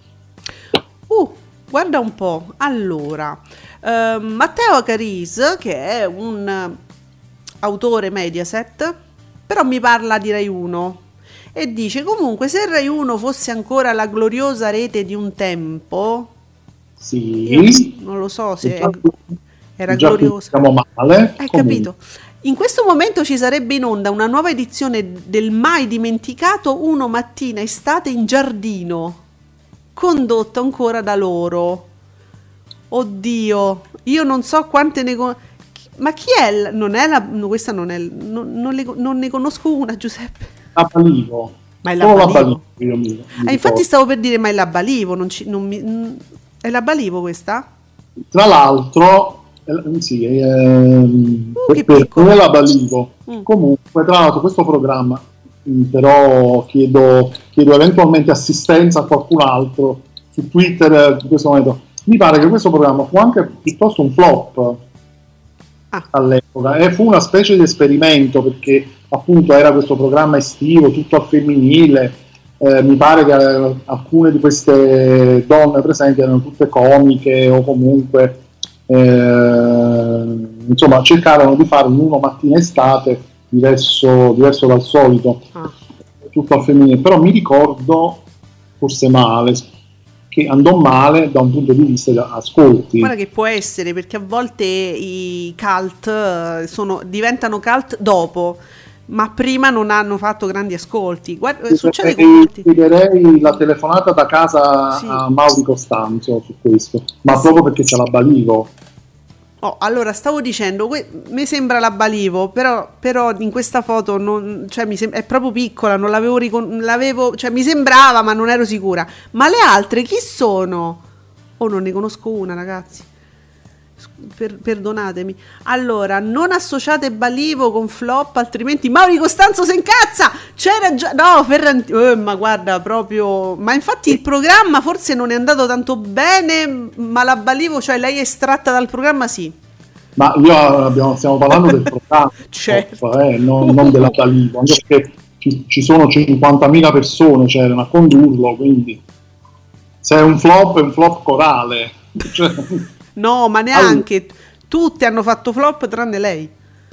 Guarda un po', allora Matteo Caris, che è un autore Mediaset, però mi parla di Rai 1 e dice: comunque, se Rai 1 fosse ancora la gloriosa rete di un tempo, sì, io non lo so se era gloriosa. Siamo male. Hai capito? In questo momento ci sarebbe in onda una nuova edizione del mai dimenticato Uno mattina estate in giardino, condotto ancora da loro. Oddio, io non so quante ma chi è? Questa non è. Non ne conosco una, Giuseppe. La Balivo. Ma è la Balivo. Infatti stavo per dire, ma è la Balivo, è la Balivo questa? Tra l'altro, sì, che piccolo. È la Balivo. Comunque, tra l'altro, questo programma, però chiedo eventualmente assistenza a qualcun altro su Twitter in questo momento. Mi pare che questo programma fu anche piuttosto un flop all'epoca. all'epoca, e fu una specie di esperimento, perché appunto era questo programma estivo tutto al femminile. Mi pare che alcune di queste donne presenti erano tutte comiche o comunque insomma cercarono di fare un uno mattina estate diverso dal solito, tutto al femminile. Però mi ricordo, forse male, che andò male da un punto di vista di ascolti. Guarda che può essere, perché a volte i cult diventano cult dopo, ma prima non hanno fatto grandi ascolti. Guarda, succede con molti. Chiederei la telefonata da casa a Mauri Costanzo su questo, ma proprio perché c'è la Balivo. Allora stavo dicendo, mi sembra la Balivo, però in questa foto è proprio piccola, non l'avevo, cioè mi sembrava, ma non ero sicura. Ma le altre chi sono? Non ne conosco una, ragazzi. Perdonatemi. Allora, non associate Balivo con flop, altrimenti Mauri Costanzo se incazza. C'era già, no, Ferrantino, ma guarda, proprio, ma infatti il programma forse non è andato tanto bene, ma la Balivo, cioè lei è estratta dal programma, sì. Ma stiamo parlando del programma, certo. Non della Balivo, anche perché ci sono 50.000 persone, c'erano a condurlo, quindi se è un flop corale, cioè. No, ma neanche. Tutte hanno fatto flop tranne lei.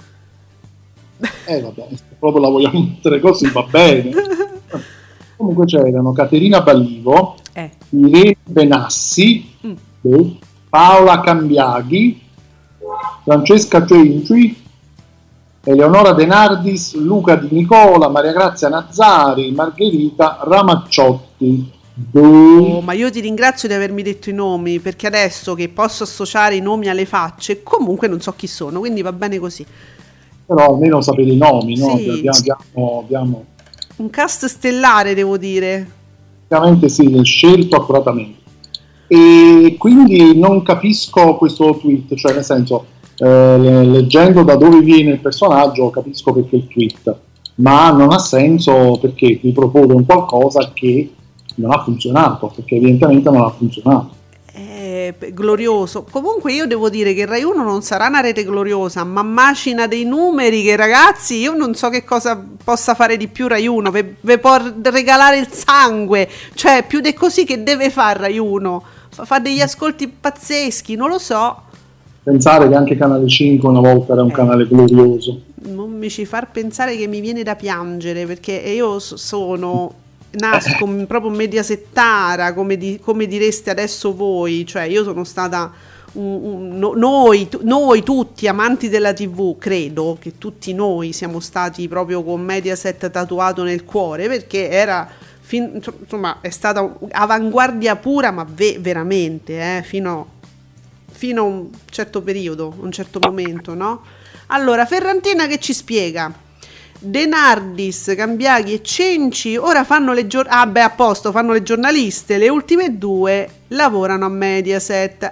Vabbè, se proprio la vogliamo mettere così va bene. Comunque c'erano Caterina Balivo, Irene Benassi, Paola Cambiaghi, Francesca Cenci, Eleonora De Nardis, Luca Di Nicola, Maria Grazia Nazzari, Margherita Ramacciotti. Ma io ti ringrazio di avermi detto i nomi, perché adesso che posso associare i nomi alle facce comunque non so chi sono, quindi va bene così. Però almeno sapere i nomi, no? Sì. Abbiamo un cast stellare, devo dire. Ovviamente sì, scelto accuratamente. E quindi non capisco questo tweet, cioè nel senso, leggendo da dove viene il personaggio capisco perché il tweet, ma non ha senso perché vi propone un qualcosa che non ha funzionato, perché evidentemente non ha funzionato. Glorioso. Comunque io devo dire che Rai 1 non sarà una rete gloriosa, ma macina dei numeri che, ragazzi, io non so che cosa possa fare di più Rai 1, ve può regalare il sangue, cioè più di così che deve fare Rai 1? Fa degli ascolti pazzeschi, non lo so. Pensare che anche Canale 5 una volta era un canale glorioso. Non mi ci far pensare che mi viene da piangere, perché io nasco proprio mediasettara, come direste adesso voi, cioè io sono stata noi tutti amanti della TV, credo che tutti noi siamo stati proprio con Mediaset tatuato nel cuore, perché era insomma è stata avanguardia pura, ma veramente fino a un certo periodo, un certo momento, no? Allora, Ferrantina che ci spiega: De Nardis, Cambiaghi e Cenci ora fanno le fanno le giornaliste, le ultime due lavorano a Mediaset.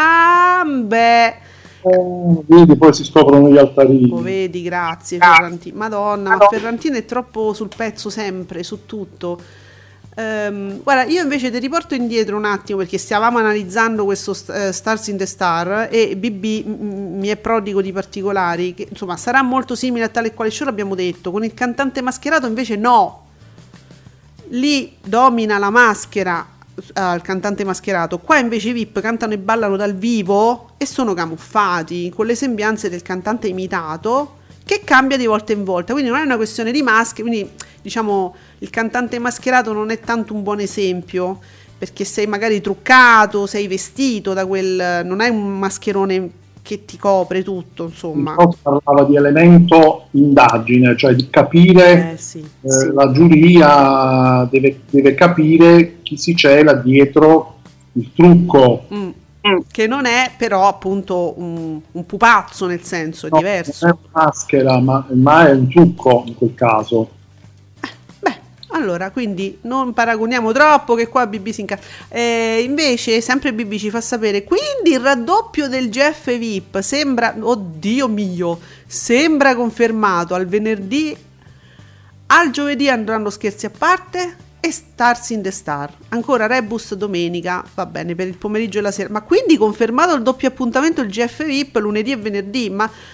Quindi poi si scoprono gli altarini. Vedi, grazie Ferrantina. Madonna, ma Ferrantina è troppo sul pezzo sempre, su tutto. Guarda, io invece ti riporto indietro un attimo, perché stavamo analizzando questo Stars in the Star e BB mi è prodigo di particolari che insomma sarà molto simile a Tale e Quale Show, l'abbiamo detto. Con il cantante mascherato invece no, lì domina la maschera al cantante mascherato, qua invece i VIP cantano e ballano dal vivo e sono camuffati con le sembianze del cantante imitato, che cambia di volta in volta, quindi non è una questione di maschere. Quindi diciamo il cantante mascherato non è tanto un buon esempio, perché sei magari truccato, sei vestito da quel, non è un mascherone che ti copre tutto, insomma. Parlava di elemento indagine, cioè di capire, la giuria deve capire chi si cela dietro il trucco. Che non è però appunto un pupazzo, nel senso, è diverso. Non è una maschera, ma è un trucco in quel caso. Allora, quindi non paragoniamo troppo, che qua BB si incazza. Invece sempre BB ci fa sapere, quindi il raddoppio del GF VIP sembra, oddio mio, sembra confermato. Al venerdì, al giovedì andranno Scherzi a parte e Stars in the Star. Ancora Rebus domenica, va bene, per il pomeriggio e la sera. Ma quindi confermato il doppio appuntamento il GF VIP lunedì e venerdì, ma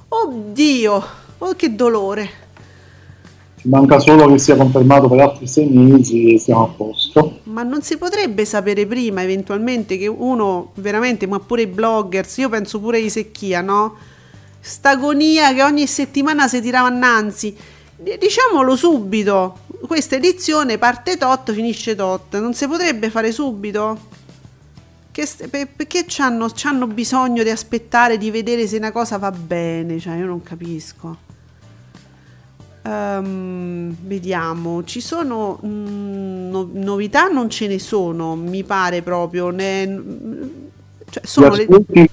Oddio, oh, che dolore. Ci manca solo che sia confermato per altri 6 mesi e siamo a posto. Ma non si potrebbe sapere prima eventualmente che uno veramente, ma pure i bloggers, io penso pure ai Secchia, no? Sta agonia che ogni settimana si tirava innanzi. Diciamolo subito, questa edizione parte tot, finisce tot, non si potrebbe fare subito? Perché c'hanno bisogno di aspettare, di vedere se una cosa va bene, cioè io non capisco. Vediamo, ci sono novità, non ce ne sono, mi pare proprio, cioè sono le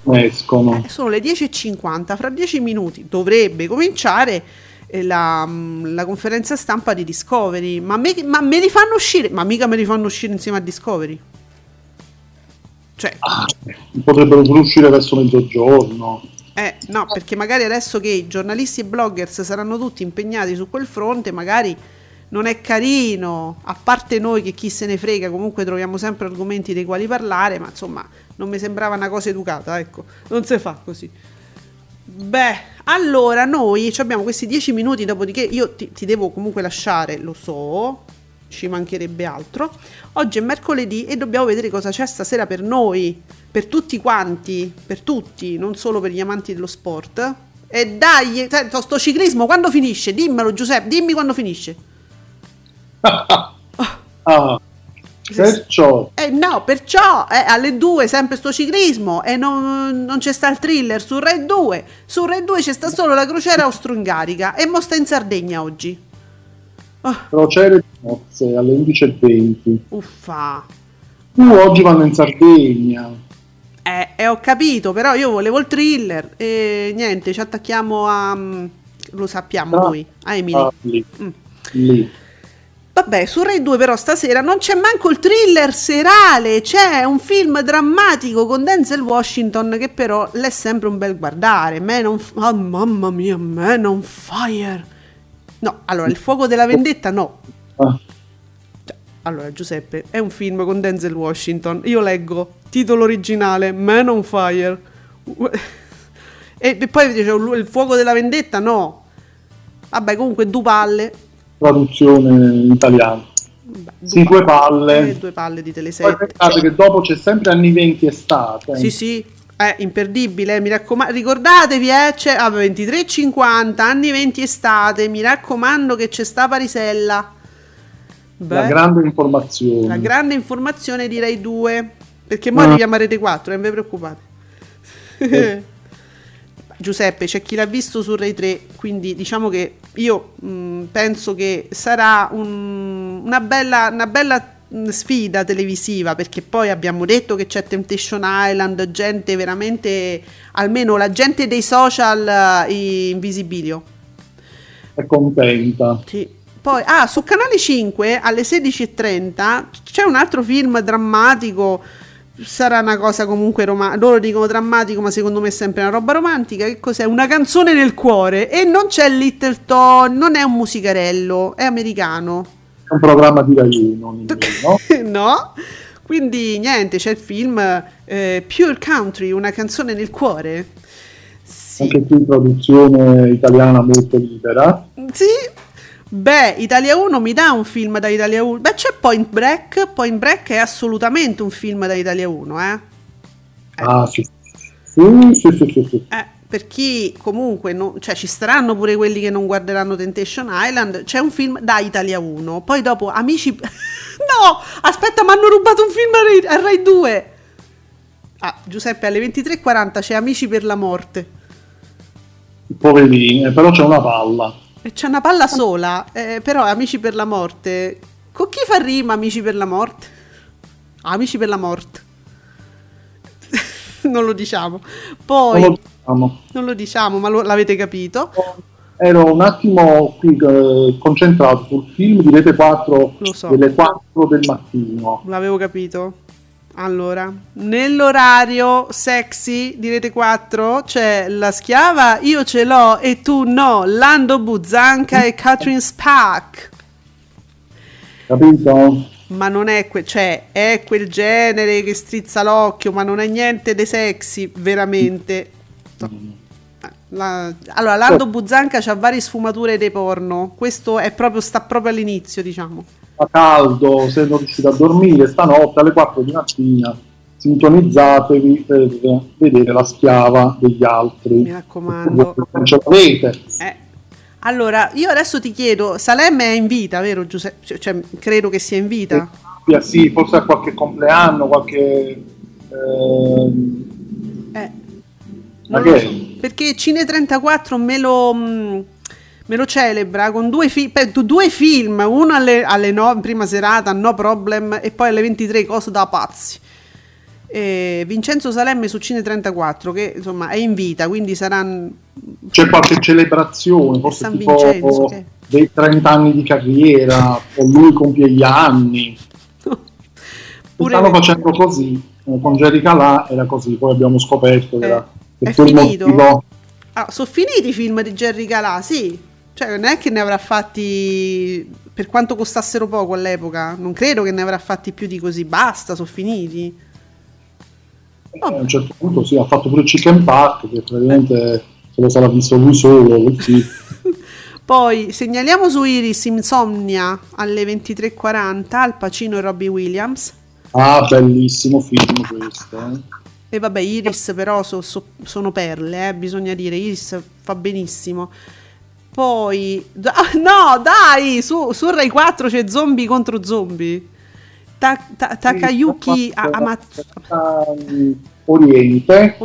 10:50, fra 10 minuti dovrebbe cominciare la conferenza stampa di Discovery, ma me li fanno uscire, ma mica me li fanno uscire insieme a Discovery, cioè potrebbero pure uscire verso mezzogiorno. No, perché magari adesso che i giornalisti e bloggers saranno tutti impegnati su quel fronte, magari non è carino, a parte noi che chi se ne frega, comunque troviamo sempre argomenti dei quali parlare, ma insomma non mi sembrava una cosa educata, ecco, non si fa così. Beh, allora noi abbiamo questi 10 minuti, dopodiché io ti devo comunque lasciare, lo so, ci mancherebbe altro. Oggi è mercoledì e dobbiamo vedere cosa c'è stasera per noi, per tutti quanti, per tutti, non solo per gli amanti dello sport. E dai, sto ciclismo quando finisce? Dimmelo Giuseppe, dimmi quando finisce. Perciò perciò alle 2 sempre sto ciclismo e non c'è sta il thriller su Rai 2. Su Rai 2 c'è sta solo la crociera austro-ungarica e mo sta in Sardegna oggi. Crociere di nozze alle 11:20. Uffa. Oggi vanno in Sardegna. Ho capito, però io volevo il thriller e niente, ci attacchiamo a lo sappiamo noi, a Emily. Lì. Vabbè, su Rai 2 però stasera non c'è manco il thriller serale, c'è un film drammatico con Denzel Washington che però l'è sempre un bel guardare. Mamma mia, Man on Fire. No, allora, Il fuoco della vendetta no. Allora, Giuseppe, è un film con Denzel Washington. Io leggo, titolo originale, Man on Fire. E poi dice Il fuoco della vendetta no. Vabbè, comunque due palle. Traduzione italiana. Due palle. Due palle di Teleserie. Poi pensate che dopo c'è sempre anni 20 estate. Sì, è imperdibile, mi raccomando, ricordatevi, c'è 23:50, anni 20 estate, mi raccomando che c'è sta Parisella. La grande informazione. La grande informazione di Rai 2, perché mo arriviamo a Rete 4, non vi preoccupate. Giuseppe, c'è chi l'ha visto su Rai 3, quindi diciamo che io penso che sarà una bella sfida televisiva, perché poi abbiamo detto che c'è Temptation Island, gente veramente, almeno la gente dei social in visibilio è contenta. Sì. Poi su Canale 5 alle 16:30 c'è un altro film drammatico, sarà una cosa comunque loro dicono drammatico, ma secondo me è sempre una roba romantica. Che cos'è? Una canzone nel cuore, e non c'è Littleton, non è un musicarello, è americano. È un programma di Rai 1, no? No, quindi niente, c'è il film Pure Country, una canzone nel cuore. Sì. Anche qui traduzione italiana molto libera. Sì. Beh, Italia 1 mi dà un film da Italia 1. Beh, c'è Point Break è assolutamente un film da Italia 1, Sì. Per chi comunque cioè ci saranno pure quelli che non guarderanno Temptation Island, c'è un film da Italia 1. Poi dopo Amici no, aspetta, mi hanno rubato un film a Rai 2. Giuseppe, alle 23:40 c'è Amici per la morte. Poverini, però c'è una palla. E c'è una palla sola, però Amici per la morte. Con chi fa rima Amici per la morte? Amici per la morte. Non lo diciamo. Poi non lo diciamo, ma l'avete capito. Ero un attimo qui concentrato sul film di Rete 4 delle 4 del mattino. L'avevo capito. Allora, nell'orario sexy di Rete 4 c'è La schiava, io ce l'ho e tu no, Lando Buzzanca e Catherine Spack. Capito? Ma non è cioè è quel genere che strizza l'occhio, ma non è niente di sexy, veramente. Allora, Lando Buzzanca c'ha varie sfumature dei porno. Questo è proprio, sta proprio all'inizio, diciamo. Fa caldo, se non riuscite a dormire stanotte alle 4 di mattina, sintonizzatevi per vedere La schiava degli altri. Mi raccomando. Non ce l'avete. Allora, io adesso ti chiedo, Salemme è in vita, vero Giuseppe? Cioè, credo che sia in vita. Sì, forse a qualche compleanno, qualche... Non lo so, perché Cine34 me lo celebra con due film, uno alle 9 in prima serata, No Problem, e poi alle 23, Cosa da pazzi. Vincenzo Salemme su Cine34, che insomma è in vita, quindi saranno... C'è qualche celebrazione, forse San tipo Vincenzo, che... dei 30 anni di carriera, o lui compie gli anni. Stanno facendo così, con Jerry Calà era così, poi abbiamo scoperto che era... È finito? Sono finiti i film di Jerry Calà, sì. Cioè, non è che ne avrà fatti, per quanto costassero poco all'epoca, non credo che ne avrà fatti più di così. Basta, sono finiti. A un certo punto sì, ha fatto pure Chicken Park, che praticamente se lo sarà visto lui solo, così. Poi segnaliamo su Iris Insomnia alle 23:40, Al Pacino e Robbie Williams. Ah, bellissimo film questo, E vabbè, Iris però sono perle, bisogna dire, Iris fa benissimo. Poi, no dai, su Rai 4 c'è Zombie contro Zombie. Takayuki Oriente.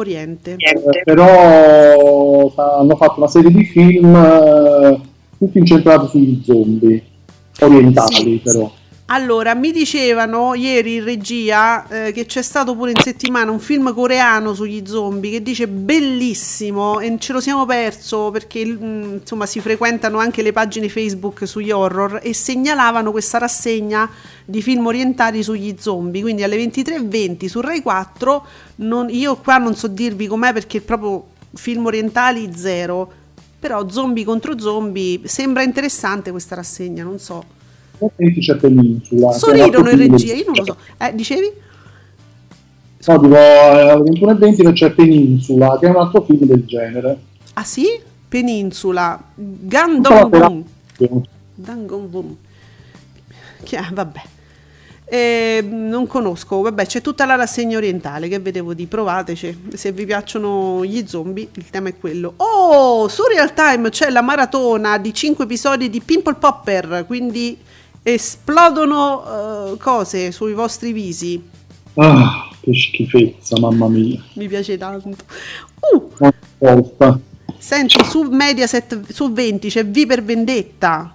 Però hanno fatto una serie di film tutti incentrati sugli zombie orientali, però. Allora, mi dicevano ieri in regia che c'è stato pure in settimana un film coreano sugli zombie che dice bellissimo, e ce lo siamo perso perché insomma si frequentano anche le pagine Facebook sugli horror, e segnalavano questa rassegna di film orientali sugli zombie, quindi alle 23:20 su Rai 4. Io qua non so dirvi com'è, perché proprio film orientali zero, però Zombie contro Zombie sembra interessante questa rassegna, non so. C'è Peninsula. Sorridono in regia, io non lo so. Dicevi? No, dico, alle 21:20 c'è Peninsula, che è un altro film del genere. Ah sì? Peninsula. Gandong Boom. Vabbè. Non conosco, vabbè, c'è tutta la rassegna orientale che vedevo di, provateci se vi piacciono gli zombie, il tema è quello. Su Real Time c'è la maratona di 5 episodi di Pimple Popper, quindi esplodono cose sui vostri visi. Che schifezza, mamma mia, mi piace tanto. Senti, su Mediaset su 20 c'è V per Vendetta.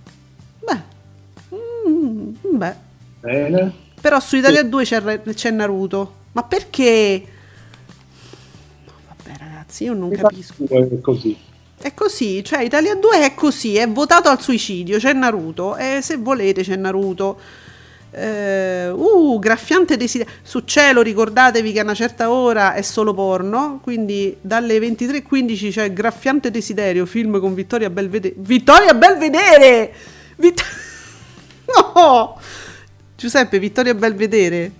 Beh, bene. Però su Italia 2 c'è Naruto. Ma perché? Vabbè ragazzi, io non capisco. È così, cioè Italia 2 è così, è votato al suicidio, c'è Naruto, e se volete c'è Naruto. Graffiante desiderio. Su Cielo ricordatevi che a una certa ora è solo porno, quindi dalle 23:15 c'è Graffiante desiderio, film con Vittoria Belvedere. No! Giuseppe, Vittoria Belvedere.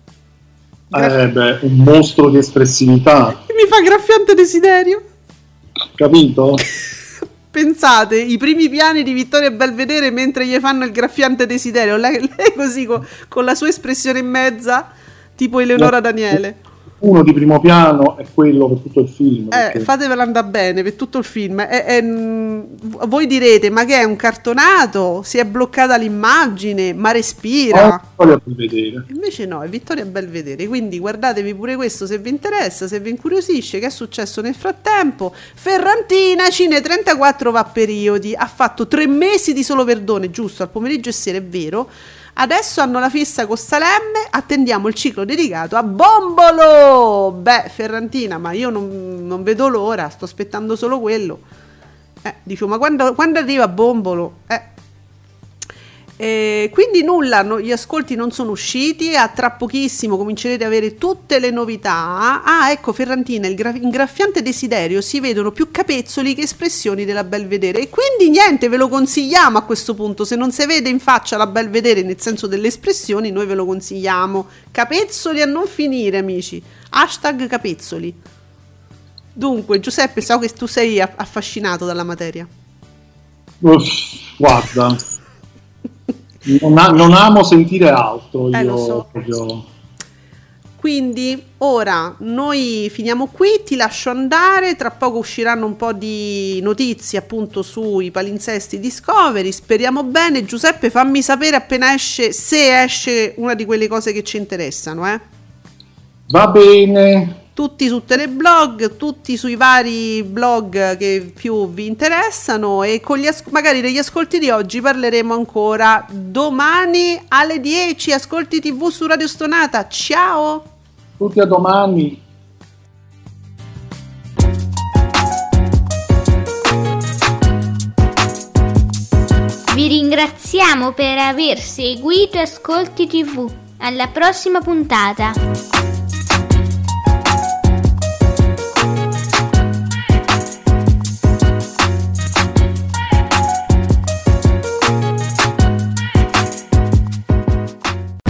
Un mostro di espressività. Mi fa graffiante desiderio. Capito? Pensate, i primi piani di Vittoria Belvedere mentre gli fanno il graffiante desiderio. Lei così con la sua espressione in mezza, tipo Eleonora Daniele. Uno di primo piano è quello per tutto il film. Fatevela andare bene per tutto il film. Voi direte, ma che è un cartonato? Si è bloccata l'immagine, ma respira. Vittoria Belvedere. Invece no, è Vittoria Belvedere. Quindi guardatevi pure questo se vi interessa, se vi incuriosisce. Che è successo nel frattempo? Ferrantina, Cine34 va a periodi. Ha fatto 3 mesi di solo Verdone, giusto, al pomeriggio e sera, è vero. Adesso hanno la fissa con Salemme, attendiamo il ciclo dedicato a Bombolo. Ferrantina, ma io non vedo l'ora, sto aspettando solo quello. Dico, ma quando arriva Bombolo? Quindi nulla, gli ascolti non sono usciti, tra pochissimo comincerete ad avere tutte le novità. Ecco, Ferrantina, in Graffiante desiderio si vedono più capezzoli che espressioni della Belvedere, e quindi niente, ve lo consigliamo a questo punto. Se non si vede in faccia la Belvedere nel senso delle espressioni, noi ve lo consigliamo. Capezzoli a non finire, amici. #capezzoli. Dunque, Giuseppe, so che tu sei affascinato dalla materia. Guarda, non amo sentire altro. Io lo so. proprio... Quindi ora noi finiamo qui, ti lascio andare, tra poco usciranno un po' di notizie appunto sui palinsesti Discovery, speriamo bene. Giuseppe, fammi sapere appena esce, se esce una di quelle cose che ci interessano, Va bene. Tutti su Teleblog, tutti sui vari blog che più vi interessano, e con magari degli ascolti di oggi parleremo ancora domani alle 10. Ascolti TV su Radio Stonata. Ciao! Tutti a domani. Vi ringraziamo per aver seguito Ascolti TV. Alla prossima puntata.